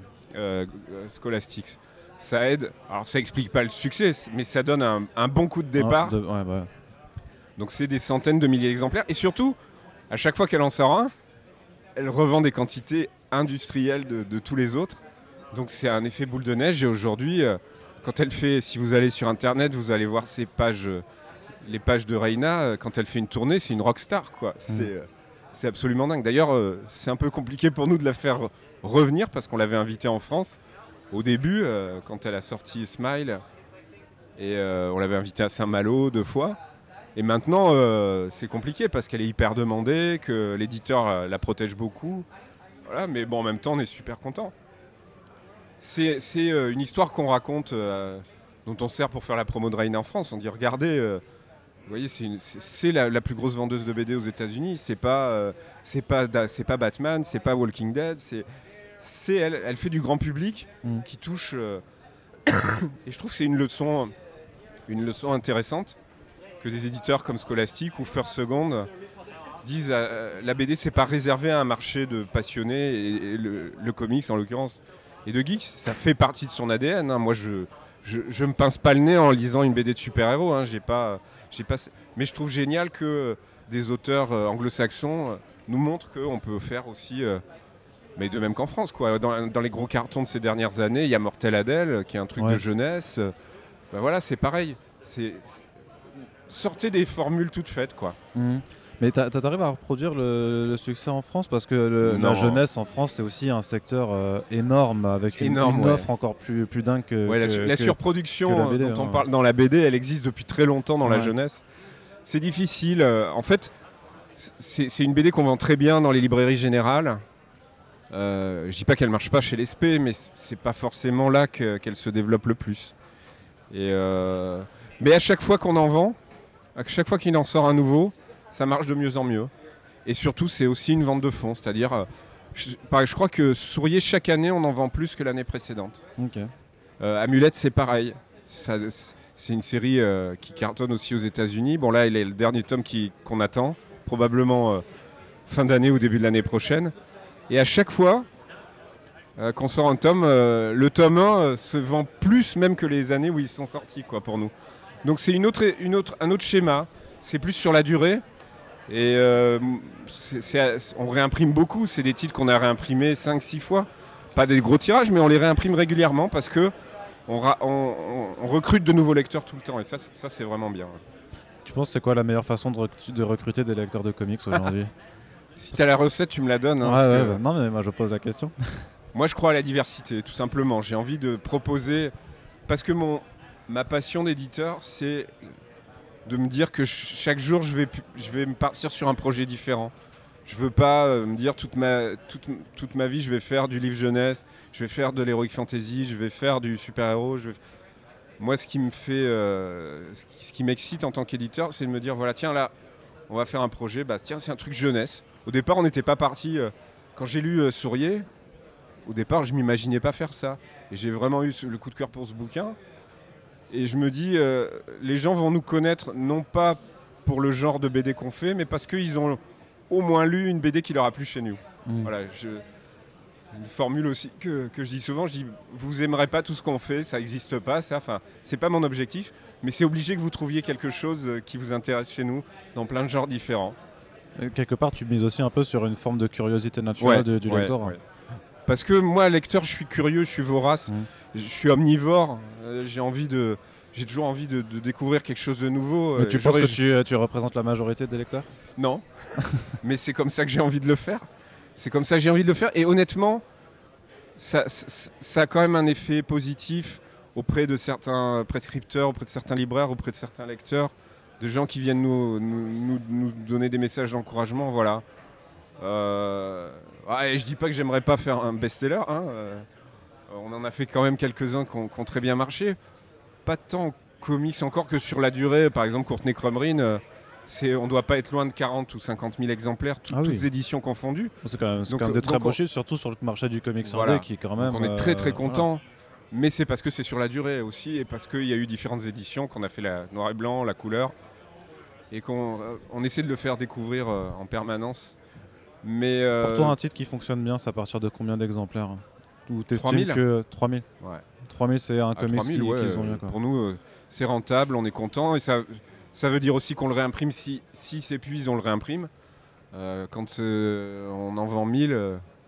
Scholastic. Ça aide. Alors ça explique pas le succès, mais ça donne un bon coup de départ. Donc c'est des centaines de milliers d'exemplaires. Et surtout, à chaque fois qu'elle en sort un, elle revend des quantités industrielles de tous les autres. Donc c'est un effet boule de neige. Et aujourd'hui, quand elle fait, si vous allez sur Internet, vous allez voir ces pages... les pages de Raina, quand elle fait une tournée, c'est une rockstar, quoi. C'est absolument dingue. D'ailleurs, c'est un peu compliqué pour nous de la faire revenir parce qu'on l'avait invitée en France au début, quand elle a sorti Smile. Et on l'avait invitée à Saint-Malo 2 fois. Et maintenant, c'est compliqué parce qu'elle est hyper demandée, que l'éditeur la protège beaucoup. Voilà, mais bon, en même temps, on est super content. C'est une histoire qu'on raconte, dont on sert pour faire la promo de Raina en France. On dit, regardez... vous voyez, c'est la plus grosse vendeuse de BD aux États-Unis. C'est pas Batman, c'est pas Walking Dead. Elle fait du grand public qui touche. Et je trouve que c'est une leçon intéressante que des éditeurs comme Scholastic ou First Second disent. La BD, c'est pas réservé à un marché de passionnés et le comics en l'occurrence et de geeks. Ça fait partie de son ADN. Hein. Moi, je me pince pas le nez en lisant une BD de super-héros. Hein. Mais je trouve génial que des auteurs anglo-saxons nous montrent qu'on peut faire aussi, mais de même qu'en France, quoi. Dans les gros cartons de ces dernières années, il y a Mortel Adèle, qui est un truc de jeunesse. Ben voilà, c'est pareil. Sortez des formules toutes faites, quoi. Mais t'arrives à reproduire le succès en France parce que la jeunesse en France c'est aussi un secteur énorme avec une offre encore plus dingue que la surproduction que la BD, dont on parle dans la BD, elle existe depuis très longtemps dans la jeunesse. C'est difficile. En fait, c'est une BD qu'on vend très bien dans les librairies générales. Je dis pas qu'elle marche pas chez les SP, mais c'est pas forcément là qu'elle se développe le plus. Mais à chaque fois qu'on en vend, à chaque fois qu'il en sort un nouveau, ça marche de mieux en mieux. Et surtout, c'est aussi une vente de fond. C'est-à-dire, je crois que Sourier, chaque année, on en vend plus que l'année précédente. Okay. Amulette, c'est pareil. C'est une série qui cartonne aussi aux États-Unis. Bon, là, il est le dernier tome qu'on attend, probablement fin d'année ou début de l'année prochaine. Et à chaque fois qu'on sort un tome, le tome 1 se vend plus même que les années où ils sont sortis, quoi, pour nous. Donc c'est un autre schéma. C'est plus sur la durée. Et on réimprime beaucoup. C'est des titres qu'on a réimprimés 5-6 fois. Pas des gros tirages, mais on les réimprime régulièrement parce que on recrute de nouveaux lecteurs tout le temps. Et ça c'est vraiment bien. Tu penses c'est quoi la meilleure façon de recruter des lecteurs de comics aujourd'hui? Si tu as la recette, tu me la donnes. Hein, non, mais moi je pose la question. Moi je crois à la diversité, tout simplement. J'ai envie de proposer... Parce que ma passion d'éditeur, c'est de me dire que chaque jour, je vais me partir sur un projet différent. Je veux pas me dire toute ma vie, je vais faire du livre jeunesse, je vais faire de l'heroic fantasy, je vais faire du super-héros. Moi, ce qui me fait, ce qui m'excite en tant qu'éditeur, c'est de me dire, voilà, tiens, là, on va faire un projet, tiens, c'est un truc jeunesse. Au départ, on n'était pas parti... quand j'ai lu Sourier, au départ, je m'imaginais pas faire ça. Et j'ai vraiment eu le coup de cœur pour ce bouquin. Et je me dis, les gens vont nous connaître non pas pour le genre de BD qu'on fait, mais parce qu'ils ont au moins lu une BD qui leur a plu chez nous. Voilà, une formule aussi que je dis souvent, je dis, vous aimerez pas tout ce qu'on fait, ça n'existe pas, ça. Enfin, c'est pas mon objectif, mais c'est obligé que vous trouviez quelque chose qui vous intéresse chez nous, dans plein de genres différents. Et quelque part, tu mises aussi un peu sur une forme de curiosité naturelle du lecteur. Ouais. Parce que moi, lecteur, je suis curieux, je suis vorace, je suis omnivore, j'ai toujours envie de découvrir quelque chose de nouveau. Mais tu penses que tu représentes la majorité des lecteurs ? Non, mais c'est comme ça que j'ai envie de le faire. C'est comme ça que j'ai envie de le faire. Et honnêtement, ça a quand même un effet positif auprès de certains prescripteurs, auprès de certains libraires, auprès de certains lecteurs, de gens qui viennent nous donner des messages d'encouragement. Voilà. Et je dis pas que j'aimerais pas faire un best-seller. On en a fait quand même quelques-uns qui ont très bien marché. Pas tant en comics encore que sur la durée. Par exemple, Courtney Crumrin, on ne doit pas être loin de 40 ou 50 000 exemplaires, toutes éditions confondues. C'est quand même de très beaux chiffres, surtout sur le marché du comics indé qui est quand même... Donc on est très très content. Mais c'est parce que c'est sur la durée aussi et parce qu'il y a eu différentes éditions, qu'on a fait la noir et blanc, la couleur, et qu'on essaie de le faire découvrir en permanence. Mais pour toi, un titre qui fonctionne bien, c'est à partir de combien d'exemplaires ? Ou t'estimes 3000 que 3000 ? Ouais. 3000, c'est un comics 3000, qu'ils ont bien. Pour nous, c'est rentable, on est content. Et ça veut dire aussi qu'on le réimprime. Si s'épuise, on le réimprime. Quand on en vend 1000,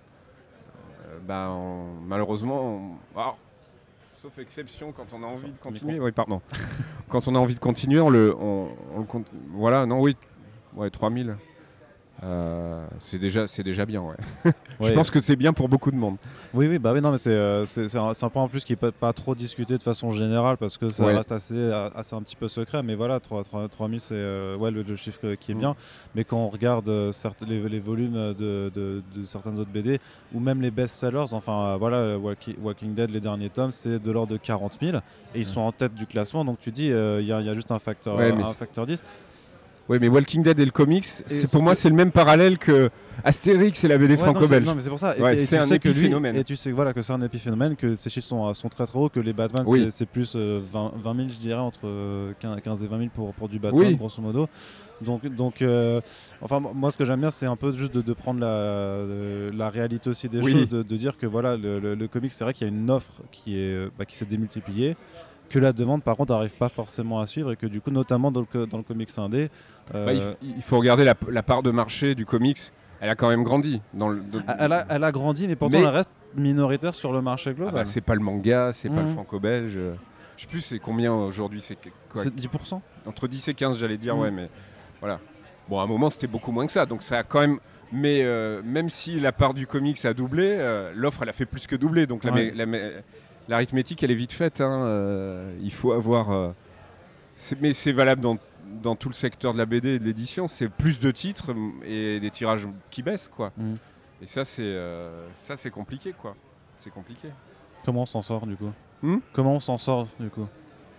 malheureusement... sauf exception, quand on a envie de continuer. Oui, pardon. Quand on a envie de continuer, on le compte. Voilà, non, oui. Ouais, 3000. C'est déjà bien, ouais. Je pense que c'est bien pour beaucoup de monde. Oui, non, mais c'est un point en plus qui n'est pas trop discuté de façon générale parce que ça reste assez un petit peu secret, mais voilà, 3000 c'est le chiffre qui est bien. Mais quand on regarde les volumes de certaines autres BD ou même les best-sellers, enfin voilà, Walking Dead, les derniers tomes, c'est de l'ordre de 40 000 et ils sont en tête du classement, donc tu dis il y a juste un facteur 10. Oui, mais Walking Dead et le comics, pour moi, c'est le même parallèle que Astérix et la BD franco-belge. Non, mais c'est pour ça. C'est un épiphénomène. Et tu sais que c'est un épiphénomène, que ces chiffres sont très très hauts, que les Batman, c'est plus 20 000, je dirais, entre 15 et 20 000 pour du Batman, grosso modo. Donc moi, ce que j'aime bien, c'est un peu juste de prendre la réalité aussi des choses, de dire que voilà, le comics, c'est vrai qu'il y a une offre qui s'est démultipliée, que la demande par contre n'arrive pas forcément à suivre et que du coup notamment dans le comics indé il faut regarder la part de marché du comics, elle a quand même grandi elle a grandi mais pourtant elle reste minoritaire sur le marché global. C'est pas le manga, c'est pas le franco-belge, je sais plus c'est combien aujourd'hui, c'est 10%, entre 10 et 15 j'allais dire. Mais voilà, bon à un moment c'était beaucoup moins que ça, donc ça a quand même, mais même si la part du comics a doublé, l'offre elle a fait plus que doubler, donc l'arithmétique, elle est vite faite. Il faut avoir... mais c'est valable dans tout le secteur de la BD et de l'édition. C'est plus de titres et des tirages qui baissent, quoi. Et ça, c'est compliqué, quoi. C'est compliqué. Comment on s'en sort, du coup Comment on s'en sort, du coup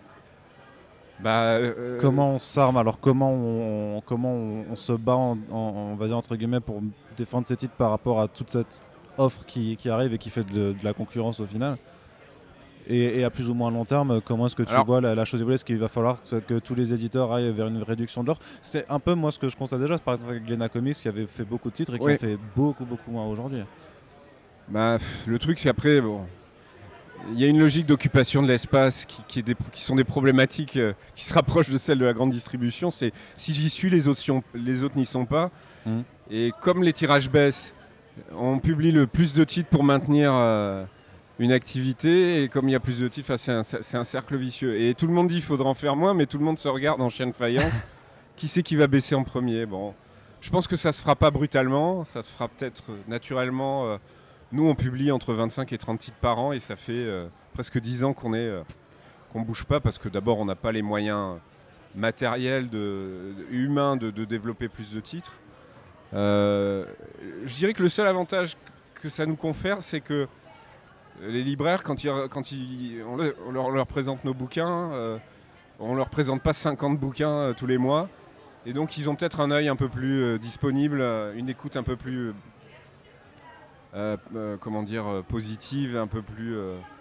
Comment on s'arme, alors comment on se bat, on va dire entre guillemets, pour défendre ces titres par rapport à toute cette offre qui arrive et qui fait de la concurrence au final ? Et à plus ou moins long terme, comment est-ce que tu vois la chose évoluer ? Est-ce qu'il va falloir que tous les éditeurs aillent vers une réduction de l'offre ? C'est un peu moi ce que je constate déjà, par exemple avec Glénat Comics qui avait fait beaucoup de titres et qui en fait beaucoup moins aujourd'hui. Le truc c'est après, il y a une logique d'occupation de l'espace qui sont des problématiques qui se rapprochent de celles de la grande distribution. C'est si j'y suis, les autres n'y sont pas. Et comme les tirages baissent, on publie le plus de titres pour maintenir... une activité, et comme il y a plus de titres, c'est un cercle vicieux. Et tout le monde dit qu'il faudra en faire moins, mais tout le monde se regarde en chien de faïence. Qui c'est qui va baisser en premier ? Bon, je pense que ça se fera pas brutalement, ça se fera peut-être naturellement. Nous, on publie entre 25 et 30 titres par an, et ça fait presque 10 ans qu'on bouge pas, parce que d'abord, on n'a pas les moyens matériels, humains de développer plus de titres. Je dirais que le seul avantage que ça nous confère, c'est que les libraires, quand on leur présente nos bouquins, on leur présente pas 50 bouquins tous les mois. Et donc ils ont peut-être un œil un peu plus disponible, une écoute un peu plus positive, un peu plus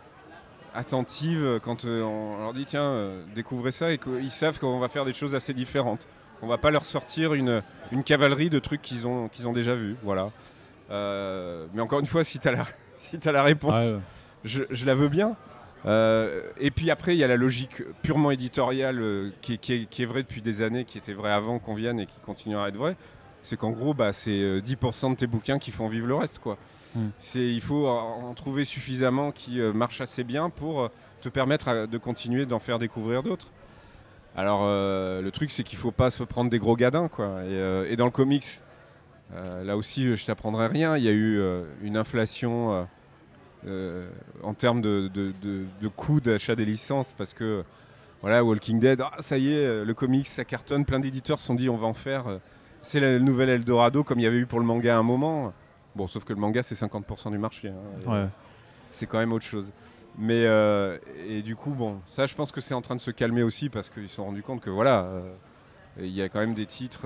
attentive quand on leur dit tiens, découvrez ça, et qu'ils savent qu'on va faire des choses assez différentes. On va pas leur sortir une cavalerie de trucs qu'ils ont déjà vus. Voilà. Mais encore une fois, si tu as la réponse, je la veux bien. Et puis après, il y a la logique purement éditoriale qui est vraie depuis des années, qui était vraie avant qu'on vienne et qui continuera à être vraie. C'est qu'en gros, c'est 10% de tes bouquins qui font vivre le reste, quoi. Il faut en trouver suffisamment qui marchent assez bien pour te permettre de continuer d'en faire découvrir d'autres. Alors le truc, c'est qu'il ne faut pas se prendre des gros gadins, quoi. Et dans le comics, là aussi, je t'apprendrai rien. Il y a eu une inflation en termes de coûts d'achat des licences, parce que voilà, Walking Dead, ça y est, le comics, ça cartonne. Plein d'éditeurs se sont dit on va en faire. C'est le nouvel Eldorado, comme il y avait eu pour le manga à un moment. Bon, sauf que le manga, c'est 50% du marché. C'est quand même autre chose. Mais et du coup, bon, ça, je pense que c'est en train de se calmer aussi, parce qu'ils se sont rendus compte que voilà, il y a quand même des titres.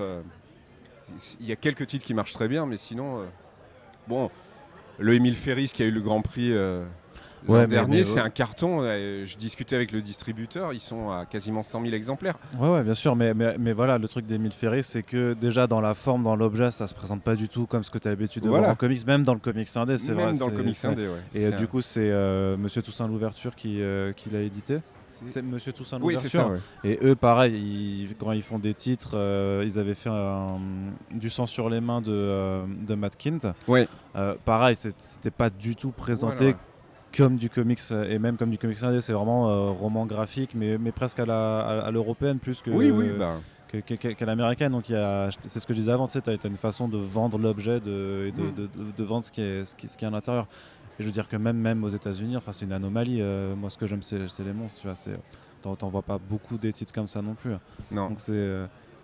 Il y a quelques titres qui marchent très bien, mais sinon, bon, le Émile Ferris qui a eu le Grand Prix l'an dernier, c'est un carton. Je discutais avec le distributeur, ils sont à quasiment 100 000 exemplaires. Ouais, bien sûr, mais voilà, le truc d'Émile Ferris, c'est que déjà dans la forme, dans l'objet, ça se présente pas du tout comme ce que tu as l'habitude de voir en comics, même dans le comics indé, c'est vrai. Même dans le comics indé, ouais. Et du coup, c'est Monsieur Toussaint Louverture qui l'a édité. C'est Monsieur Toussaint Louverture. Oui, c'est ça, ouais. Et eux, pareil, quand ils font des titres, ils avaient fait du sang sur les mains de Matt Kindt. Ouais. Pareil, c'était pas du tout présenté comme du comics, et même comme du comics indé, c'est vraiment roman graphique, mais presque à l'européenne plus que. Qu'à l'américaine. Donc c'est ce que je disais avant, tu sais, tu as une façon de vendre l'objet, de vendre ce qui est à l'intérieur. Et je veux dire que même aux États-Unis, enfin, c'est une anomalie. Moi, ce que j'aime, c'est les monstres. T'en vois pas beaucoup des titres comme ça non plus. Non. Donc c'est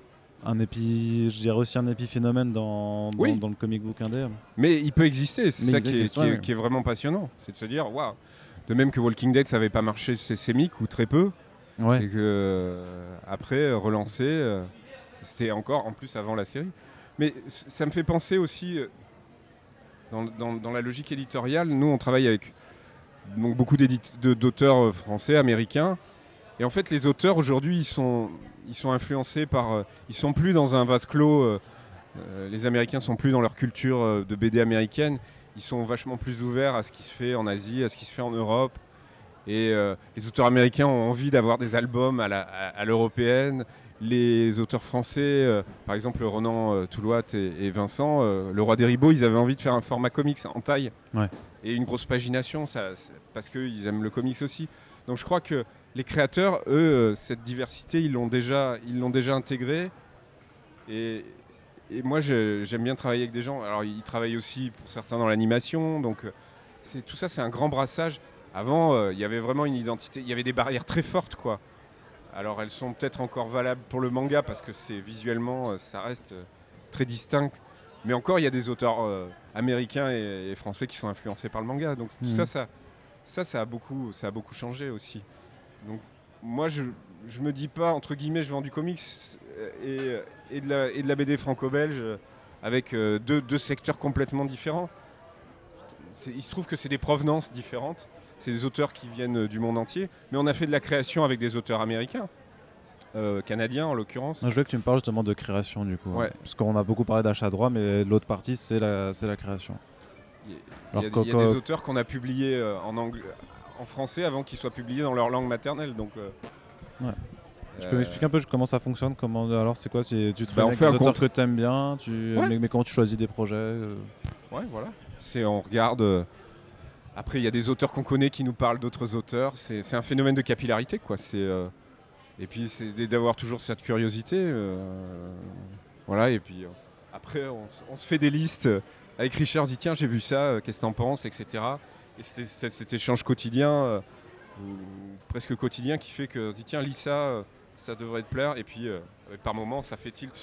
je dirais aussi un épiphénomène dans le comic book indé. Mais il peut exister, c'est ça qui est vraiment passionnant. C'est de se dire, waouh, de même que Walking Dead, ça n'avait pas marché chez Semic, ou très peu. Ouais. Et que après, relancer, c'était encore en plus avant la série. Mais ça me fait penser aussi, dans la logique éditoriale, nous on travaille avec beaucoup d'auteurs français, américains. Et en fait, les auteurs aujourd'hui, ils sont influencés par. Ils sont plus dans un vase clos. Les Américains sont plus dans leur culture de BD américaine. Ils sont vachement plus ouverts à ce qui se fait en Asie, à ce qui se fait en Europe. Et les auteurs américains ont envie d'avoir des albums à l'européenne. Les auteurs français, par exemple Ronan Touloat et Vincent, Le Roi des Ribauds, ils avaient envie de faire un format comics en taille. Ouais. Et une grosse pagination, parce qu'ils aiment le comics aussi. Donc je crois que les créateurs, eux, cette diversité, ils l'ont déjà intégrée. Et moi, j'aime bien travailler avec des gens. Alors, ils travaillent aussi, pour certains, dans l'animation. Donc, tout ça, c'est un grand brassage. Avant, il y avait vraiment une identité. Il y avait des barrières très fortes, quoi. Alors, elles sont peut-être encore valables pour le manga, parce que visuellement, ça reste très distinct. Mais encore, il y a des auteurs américains et français qui sont influencés par le manga. Donc, tout ça a beaucoup changé aussi. Donc moi je me dis pas, entre guillemets, je vends du comics et de la BD franco-belge avec deux secteurs complètement différents. Il se trouve que c'est des provenances différentes, c'est des auteurs qui viennent du monde entier, mais on a fait de la création avec des auteurs américains, canadiens en l'occurrence. Je veux que tu me parles justement de création du coup, parce qu'on a beaucoup parlé d'achat droit, mais l'autre partie c'est la création. Il y a des auteurs qu'on a publiés en français avant qu'ils soient publiés dans leur langue maternelle. Donc, tu peux m'expliquer un peu comment ça fonctionne, alors c'est quoi, tu travailles avec des auteurs que tu aimes bien, mais comment tu choisis des projets Ouais, voilà. On regarde. Après, il y a des auteurs qu'on connaît qui nous parlent d'autres auteurs. C'est un phénomène de capillarité, quoi. Et puis c'est d'avoir toujours cette curiosité. Voilà. Et puis après, on se fait des listes. Avec Richard, dit tiens, j'ai vu ça, qu'est-ce que t'en penses, etc. Et c'était cet échange quotidien, ou presque quotidien, qui fait que, tiens, lis ça, ça devrait te plaire. Et puis, par moments, ça fait tilt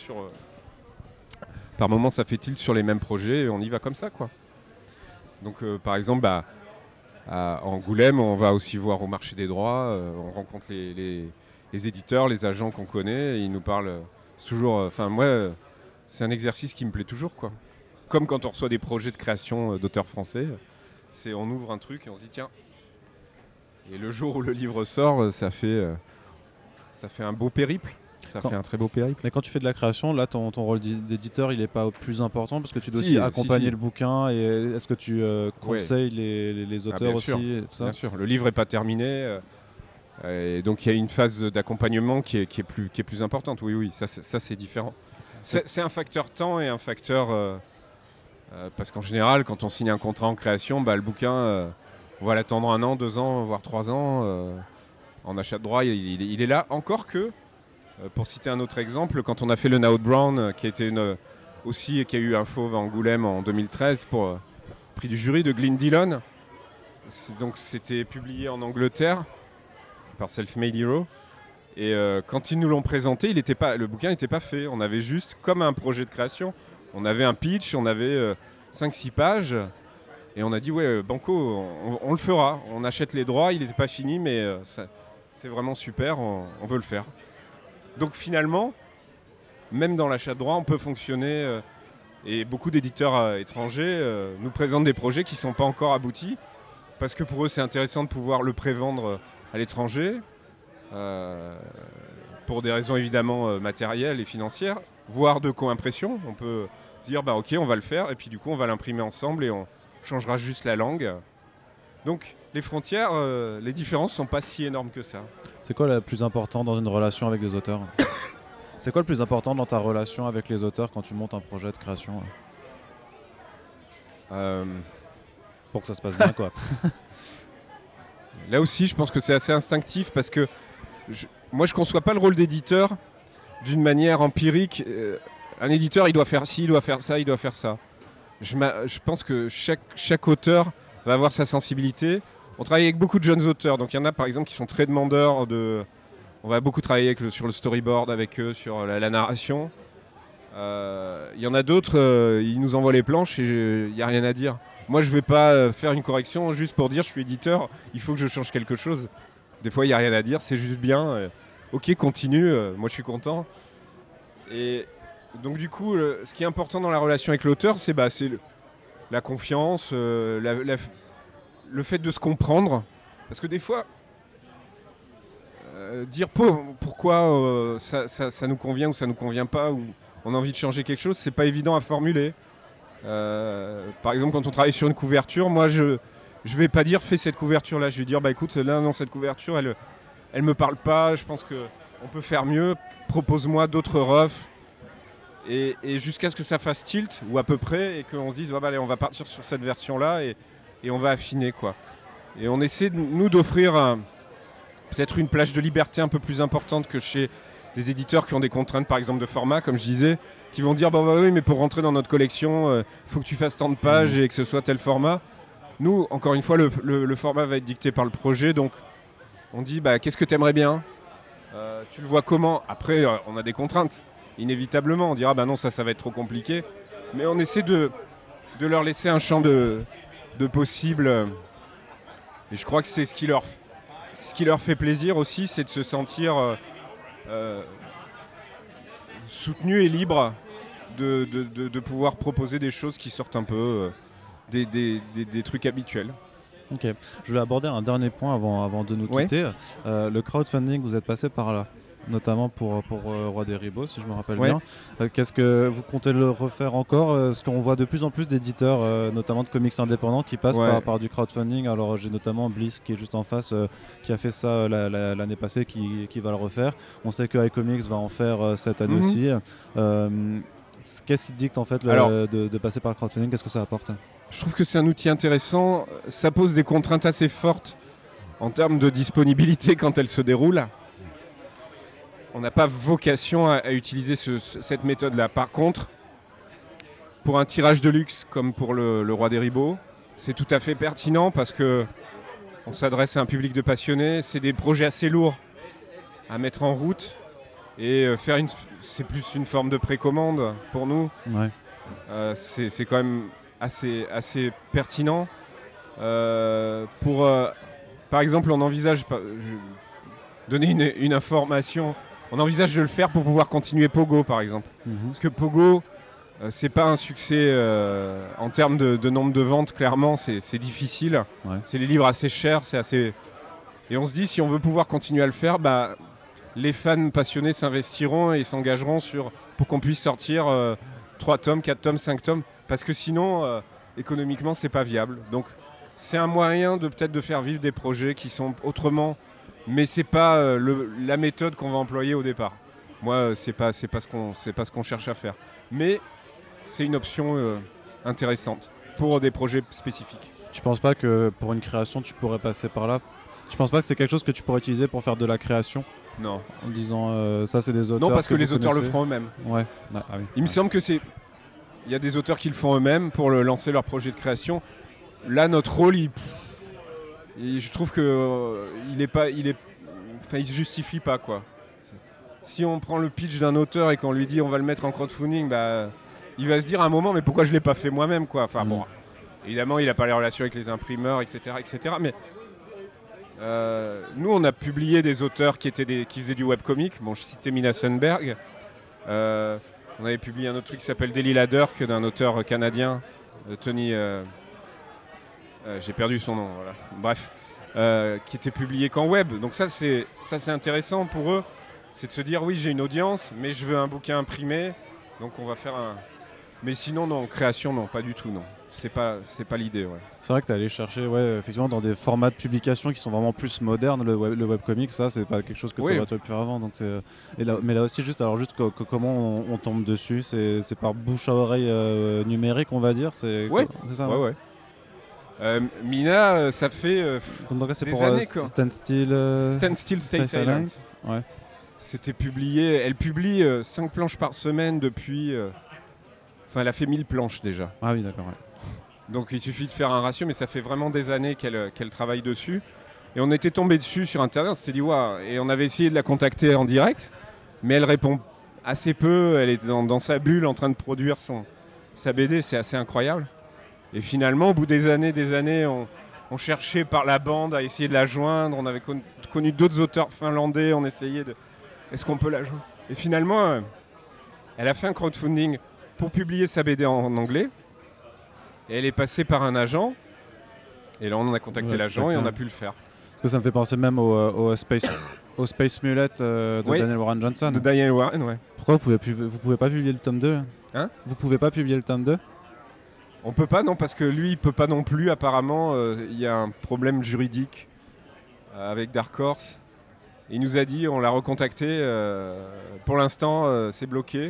sur les mêmes projets, et on y va comme ça, quoi. Donc, par exemple, à Angoulême, on va aussi voir au marché des droits, on rencontre les éditeurs, les agents qu'on connaît, et ils nous parlent. C'est toujours, moi, c'est un exercice qui me plaît toujours, quoi. comme quand on reçoit des projets de création d'auteurs français, on ouvre un truc et on se dit tiens. Et le jour où le livre sort, ça fait un beau périple. Ça fait un très beau périple. Mais quand tu fais de la création, là, ton rôle d'éditeur, il n'est pas plus important parce que tu dois aussi accompagner le bouquin. Et est-ce que tu conseilles les auteurs aussi et tout ça ? Bien sûr, le livre n'est pas terminé. Et donc il y a une phase d'accompagnement qui est plus importante. Oui, ça c'est différent. C'est un facteur temps et un facteur... parce qu'en général, quand on signe un contrat en création, le bouquin, on va l'attendre 1 an, 2 ans, voire 3 ans. En achat de droit, il est là. Encore que, pour citer un autre exemple, quand on a fait le Naut Brown, qui a eu un fauve à Angoulême en 2013 pour prix du jury de Glyn Dillon. Donc c'était publié en Angleterre par Self-Made Hero. Et quand ils nous l'ont présenté, le bouquin n'était pas fait. On avait juste, comme un projet de création, on avait un pitch, on avait 5-6 pages. Et on a dit, ouais, banco, on le fera. On achète les droits, il n'était pas fini, mais c'est vraiment super, on veut le faire. Donc finalement, même dans l'achat de droits, on peut fonctionner. Et beaucoup d'éditeurs étrangers nous présentent des projets qui ne sont pas encore aboutis. Parce que pour eux, c'est intéressant de pouvoir le prévendre à l'étranger. Pour des raisons évidemment matérielles et financières, voire de co-impression. On peut dire, ok, on va le faire, et puis du coup, on va l'imprimer ensemble et on changera juste la langue. Donc, les frontières, les différences ne sont pas si énormes que ça. C'est quoi le plus important dans une relation avec des auteurs ? C'est quoi le plus important dans ta relation avec les auteurs quand tu montes un projet de création ? Pour que ça se passe bien, quoi. Là aussi, je pense que c'est assez instinctif parce que moi, je ne conçois pas le rôle d'éditeur d'une manière empirique. Un éditeur, il doit faire ci, il doit faire ça, il doit faire ça. Je pense que chaque auteur va avoir sa sensibilité. On travaille avec beaucoup de jeunes auteurs. Donc il y en a par exemple qui sont très demandeurs on va beaucoup travailler sur le storyboard avec eux, sur la narration. Il y en a d'autres, ils nous envoient les planches et il n'y a rien à dire. Moi je ne vais pas faire une correction juste pour dire je suis éditeur, il faut que je change quelque chose. Des fois il n'y a rien à dire, c'est juste bien. Ok, continue, moi je suis content. Et donc du coup, ce qui est important dans la relation avec l'auteur, c'est la confiance, le fait de se comprendre. Parce que des fois, dire pourquoi ça nous convient ou ça nous convient pas, ou on a envie de changer quelque chose, c'est pas évident à formuler. Par exemple, quand on travaille sur une couverture, moi je vais pas dire fais cette couverture là, je vais dire écoute, là non, cette couverture elle me parle pas, je pense qu'on peut faire mieux, propose-moi d'autres refs. Et jusqu'à ce que ça fasse tilt, ou à peu près, et qu'on se dise allez, on va partir sur cette version-là et on va affiner, quoi. Et on essaie, nous, d'offrir peut-être une plage de liberté un peu plus importante que chez des éditeurs qui ont des contraintes, par exemple, de format, comme je disais, qui vont dire oui, mais pour rentrer dans notre collection, il faut que tu fasses tant de pages et que ce soit tel format. Nous, encore une fois, le format va être dicté par le projet, donc on dit qu'est-ce que tu aimerais bien, tu le vois comment. Après, on a des contraintes. Inévitablement, on dira non, ça va être trop compliqué. Mais on essaie de leur laisser un champ de possible. Et je crois que c'est ce qui leur fait plaisir aussi, c'est de se sentir soutenu et libre de pouvoir proposer des choses qui sortent un peu des trucs habituels. Ok, je voulais aborder un dernier point avant de nous quitter. Le crowdfunding, vous êtes passé par là, notamment pour Roi des Ribos, si je me rappelle bien. Qu'est-ce que vous comptez le refaire encore ? Parce qu'on voit de plus en plus d'éditeurs, notamment de comics indépendants, qui passent par du crowdfunding. Alors j'ai notamment Bliss qui est juste en face, qui a fait ça l'année passée, qui va le refaire. On sait que iComics va en faire cette année aussi. Qu'est-ce qui dicte en fait de passer par le crowdfunding ? Qu'est-ce que ça apporte ? Je trouve que c'est un outil intéressant. Ça pose des contraintes assez fortes en termes de disponibilité quand elle se déroule. On n'a pas vocation à utiliser cette méthode-là. Par contre, pour un tirage de luxe comme pour le Roi des Ribos, c'est tout à fait pertinent parce qu'on s'adresse à un public de passionnés. C'est des projets assez lourds à mettre en route et c'est plus une forme de précommande pour nous. Ouais. C'est quand même assez pertinent. Par exemple, on envisage, donner une information. On envisage de le faire pour pouvoir continuer Pogo, par exemple. Parce que Pogo, C'est pas un succès en termes de nombre de ventes, clairement, c'est difficile. Ouais. C'est les livres assez chers, c'est assez... Et on se dit, si on veut pouvoir continuer à le faire, les fans passionnés s'investiront et s'engageront pour qu'on puisse sortir 3 tomes, 4 tomes, 5 tomes, parce que sinon, économiquement, c'est pas viable. Donc, c'est un moyen de peut-être de faire vivre des projets qui sont autrement, mais c'est pas la méthode qu'on va employer au départ. Moi, c'est pas ce qu'on cherche à faire. Mais c'est une option intéressante pour des projets spécifiques. Tu penses pas que pour une création, tu pourrais passer par là? Tu penses pas que c'est quelque chose que tu pourrais utiliser pour faire de la création? Non. En disant ça, c'est des auteurs. Non, parce que les vous auteurs le connaissez. feront eux-mêmes. Ouais. Ah oui. Il me semble que il y a des auteurs qui le font eux-mêmes pour lancer leur projet de création. Là, notre rôle, je trouve que il se justifie pas, quoi. Si on prend le pitch d'un auteur et qu'on lui dit on va le mettre en crowdfunding, il va se dire à un moment mais pourquoi je l'ai pas fait moi-même, quoi. Enfin bon, évidemment il n'a pas les relations avec les imprimeurs, etc. Mais nous on a publié des auteurs qui faisaient du webcomic. Bon, je citais Mina Sundberg. On avait publié un autre truc qui s'appelle Delilah Dirk d'un auteur canadien, Tony. J'ai perdu son nom. Voilà. Bref, qui était publié qu'en web. Donc ça c'est intéressant pour eux. C'est de se dire oui, j'ai une audience, mais je veux un bouquin imprimé, donc on va faire un... Mais sinon, non, création, non, pas du tout, non. C'est pas l'idée, ouais. C'est vrai que tu es allé chercher, effectivement, dans des formats de publication qui sont vraiment plus modernes. Le webcomic, ça, c'est pas quelque chose que tu aurais pu faire avant. Donc mais là aussi, comment on tombe dessus, c'est par bouche à oreille numérique, on va dire. C'est ça. Ouais. Mina, ça fait donc là, c'est des pour années, quoi. Stand Still, Stay Silent. Ouais. C'était publié, elle publie 5 planches par semaine depuis... elle a fait 1000 planches déjà. Ah oui, d'accord, ouais. Donc il suffit de faire un ratio, mais ça fait vraiment des années qu'elle travaille dessus. Et on était tombé dessus sur Internet, on s'était dit waouh. Et on avait essayé de la contacter en direct, mais elle répond assez peu, elle est dans sa bulle en train de produire sa BD, c'est assez incroyable. Et finalement, au bout des années, on cherchait par la bande à essayer de la joindre, on avait connu d'autres auteurs finlandais, on essayait de... Est-ce qu'on peut la joindre? Et finalement, elle a fait un crowdfunding pour publier sa BD en anglais. Et elle est passée par un agent. Et là, on a contacté l'agent et on a pu le faire. Parce que ça me fait penser même au Space Mullet de Daniel Warren Johnson. De Daniel Warren, ouais. Pourquoi vous pouvez pas publier le tome 2 ? Hein ? Vous pouvez pas publier le tome 2 ? On peut pas, non, parce que lui, il peut pas non plus. Apparemment, il y a un problème juridique avec Dark Horse. Il nous a dit, on l'a recontacté. Pour l'instant, c'est bloqué.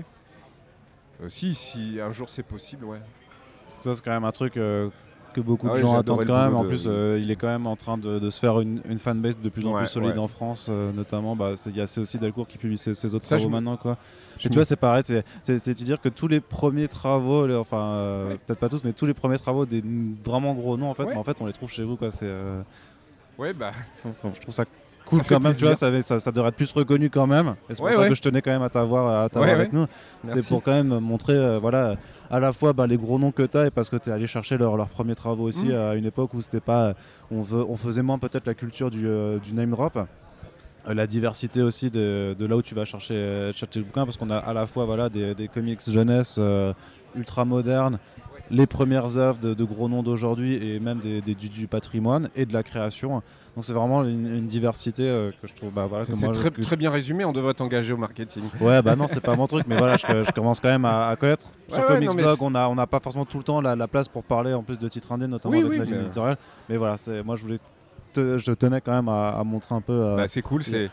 Si un jour c'est possible, ouais. Parce que ça, c'est quand même un truc que beaucoup de gens attendent quand même. En plus, il est quand même en train de se faire une fanbase de plus en plus solide en France, notamment. Il y a aussi Delcourt qui publie ses autres travaux maintenant, quoi. Et tu vois, c'est pareil. C'est dire que tous les premiers travaux, peut-être pas tous, mais tous les premiers travaux des vraiment gros noms, en fait, mais en fait, on les trouve chez vous, quoi. Je trouve ça cool quand même, tu vois, ça devrait être plus reconnu quand même. Et c'est pour ça que je tenais quand même à t'avoir avec nous. C'était pour quand même montrer à la fois les gros noms que tu as et parce que tu es allé chercher leurs premiers travaux aussi à une époque où c'était pas, on faisait moins peut-être la culture du name drop. La diversité aussi de là où tu vas chercher le bouquin, parce qu'on a à la fois des comics jeunesse ultra modernes, les premières œuvres de gros noms d'aujourd'hui et même du patrimoine et de la création. Donc c'est vraiment une diversité que je trouve... c'est très bien résumé, on devrait t'engager au marketing. Ouais, non, c'est pas mon truc, mais voilà, je commence quand même à connaître. Sur Comics Blog, on n'a pas forcément tout le temps la place pour parler en plus de titres indés, notamment avec la ligne éditoriale. Mais voilà, moi je tenais quand même à montrer un peu... c'est cool, c'est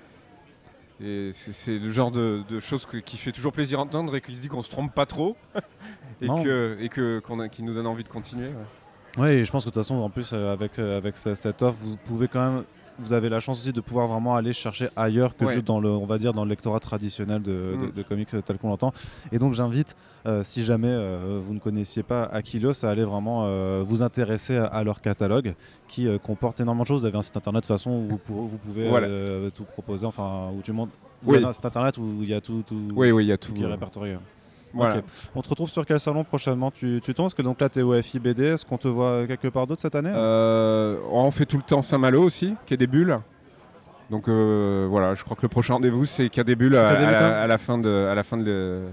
le genre de choses qui fait toujours plaisir à entendre et qui se dit qu'on se trompe pas trop et qui nous donne envie de continuer. Oui, et je pense que de toute façon, en plus, avec cette offre, vous avez la chance aussi de pouvoir vraiment aller chercher ailleurs que juste dans le lectorat traditionnel de comics tel qu'on l'entend. Et donc j'invite, si jamais vous ne connaissiez pas Aquilos, à aller vraiment vous intéresser à leur catalogue qui comporte énormément de choses. Vous avez un site internet de toute façon où vous pouvez tout proposer, où tu montes. Vous avez un site internet où il y a tout il y a tout qui est répertorié. Voilà. Okay. On te retrouve sur quel salon prochainement tu tournes? Parce que donc là tu es au FIBD, est-ce qu'on te voit quelque part d'autre cette année? On fait tout le temps Saint-Malo aussi, Quai des Bulles. Donc je crois que le prochain rendez-vous c'est Quai des Bulles à la fin de...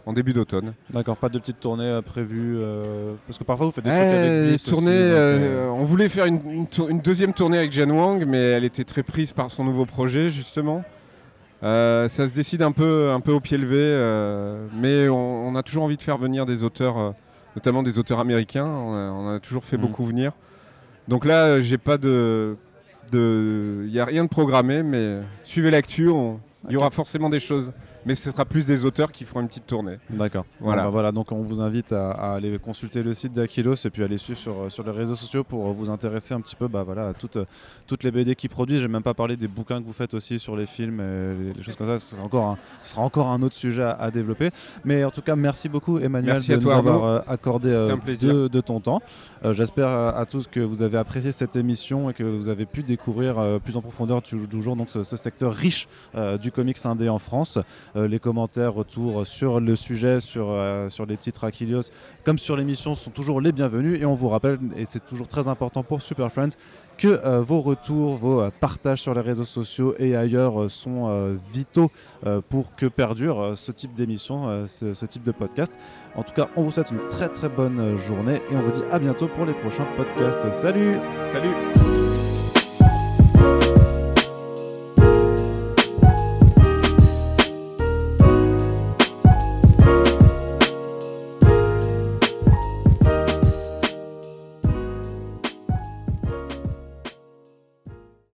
en début d'automne. D'accord, pas de petite tournée prévue parce que parfois vous faites des trucs avec Bliss aussi, on voulait faire une deuxième tournée avec Jen Wang, mais elle était très prise par son nouveau projet justement. Ça se décide un peu au pied levé, mais on a toujours envie de faire venir des auteurs, notamment des auteurs américains. On a toujours fait beaucoup venir. Donc là, j'ai pas il n'y a rien de programmé, mais suivez l'actu, il y aura forcément des choses. Mais ce sera plus des auteurs qui feront une petite tournée. D'accord. Voilà, donc on vous invite à aller consulter le site d'Aquilos et puis à les suivre sur les réseaux sociaux pour vous intéresser un petit peu à toutes les BD qu'ils produisent. J'ai même pas parlé des bouquins que vous faites aussi sur les films et les choses comme ça. Ce sera encore un autre sujet à développer. Mais en tout cas, merci beaucoup Emmanuel de nous avoir accordé de ton temps. J'espère à tous que vous avez apprécié cette émission et que vous avez pu découvrir plus en profondeur toujours donc, ce secteur riche du comics indé en France. Les commentaires, retours sur le sujet, sur les titres Aquilios, comme sur l'émission, sont toujours les bienvenus. Et on vous rappelle, et c'est toujours très important pour Super Friends, que vos retours, vos partages sur les réseaux sociaux et ailleurs sont vitaux pour que perdure ce type d'émission, ce type de podcast. En tout cas, on vous souhaite une très très bonne journée et on vous dit à bientôt pour les prochains podcasts. Salut! Salut!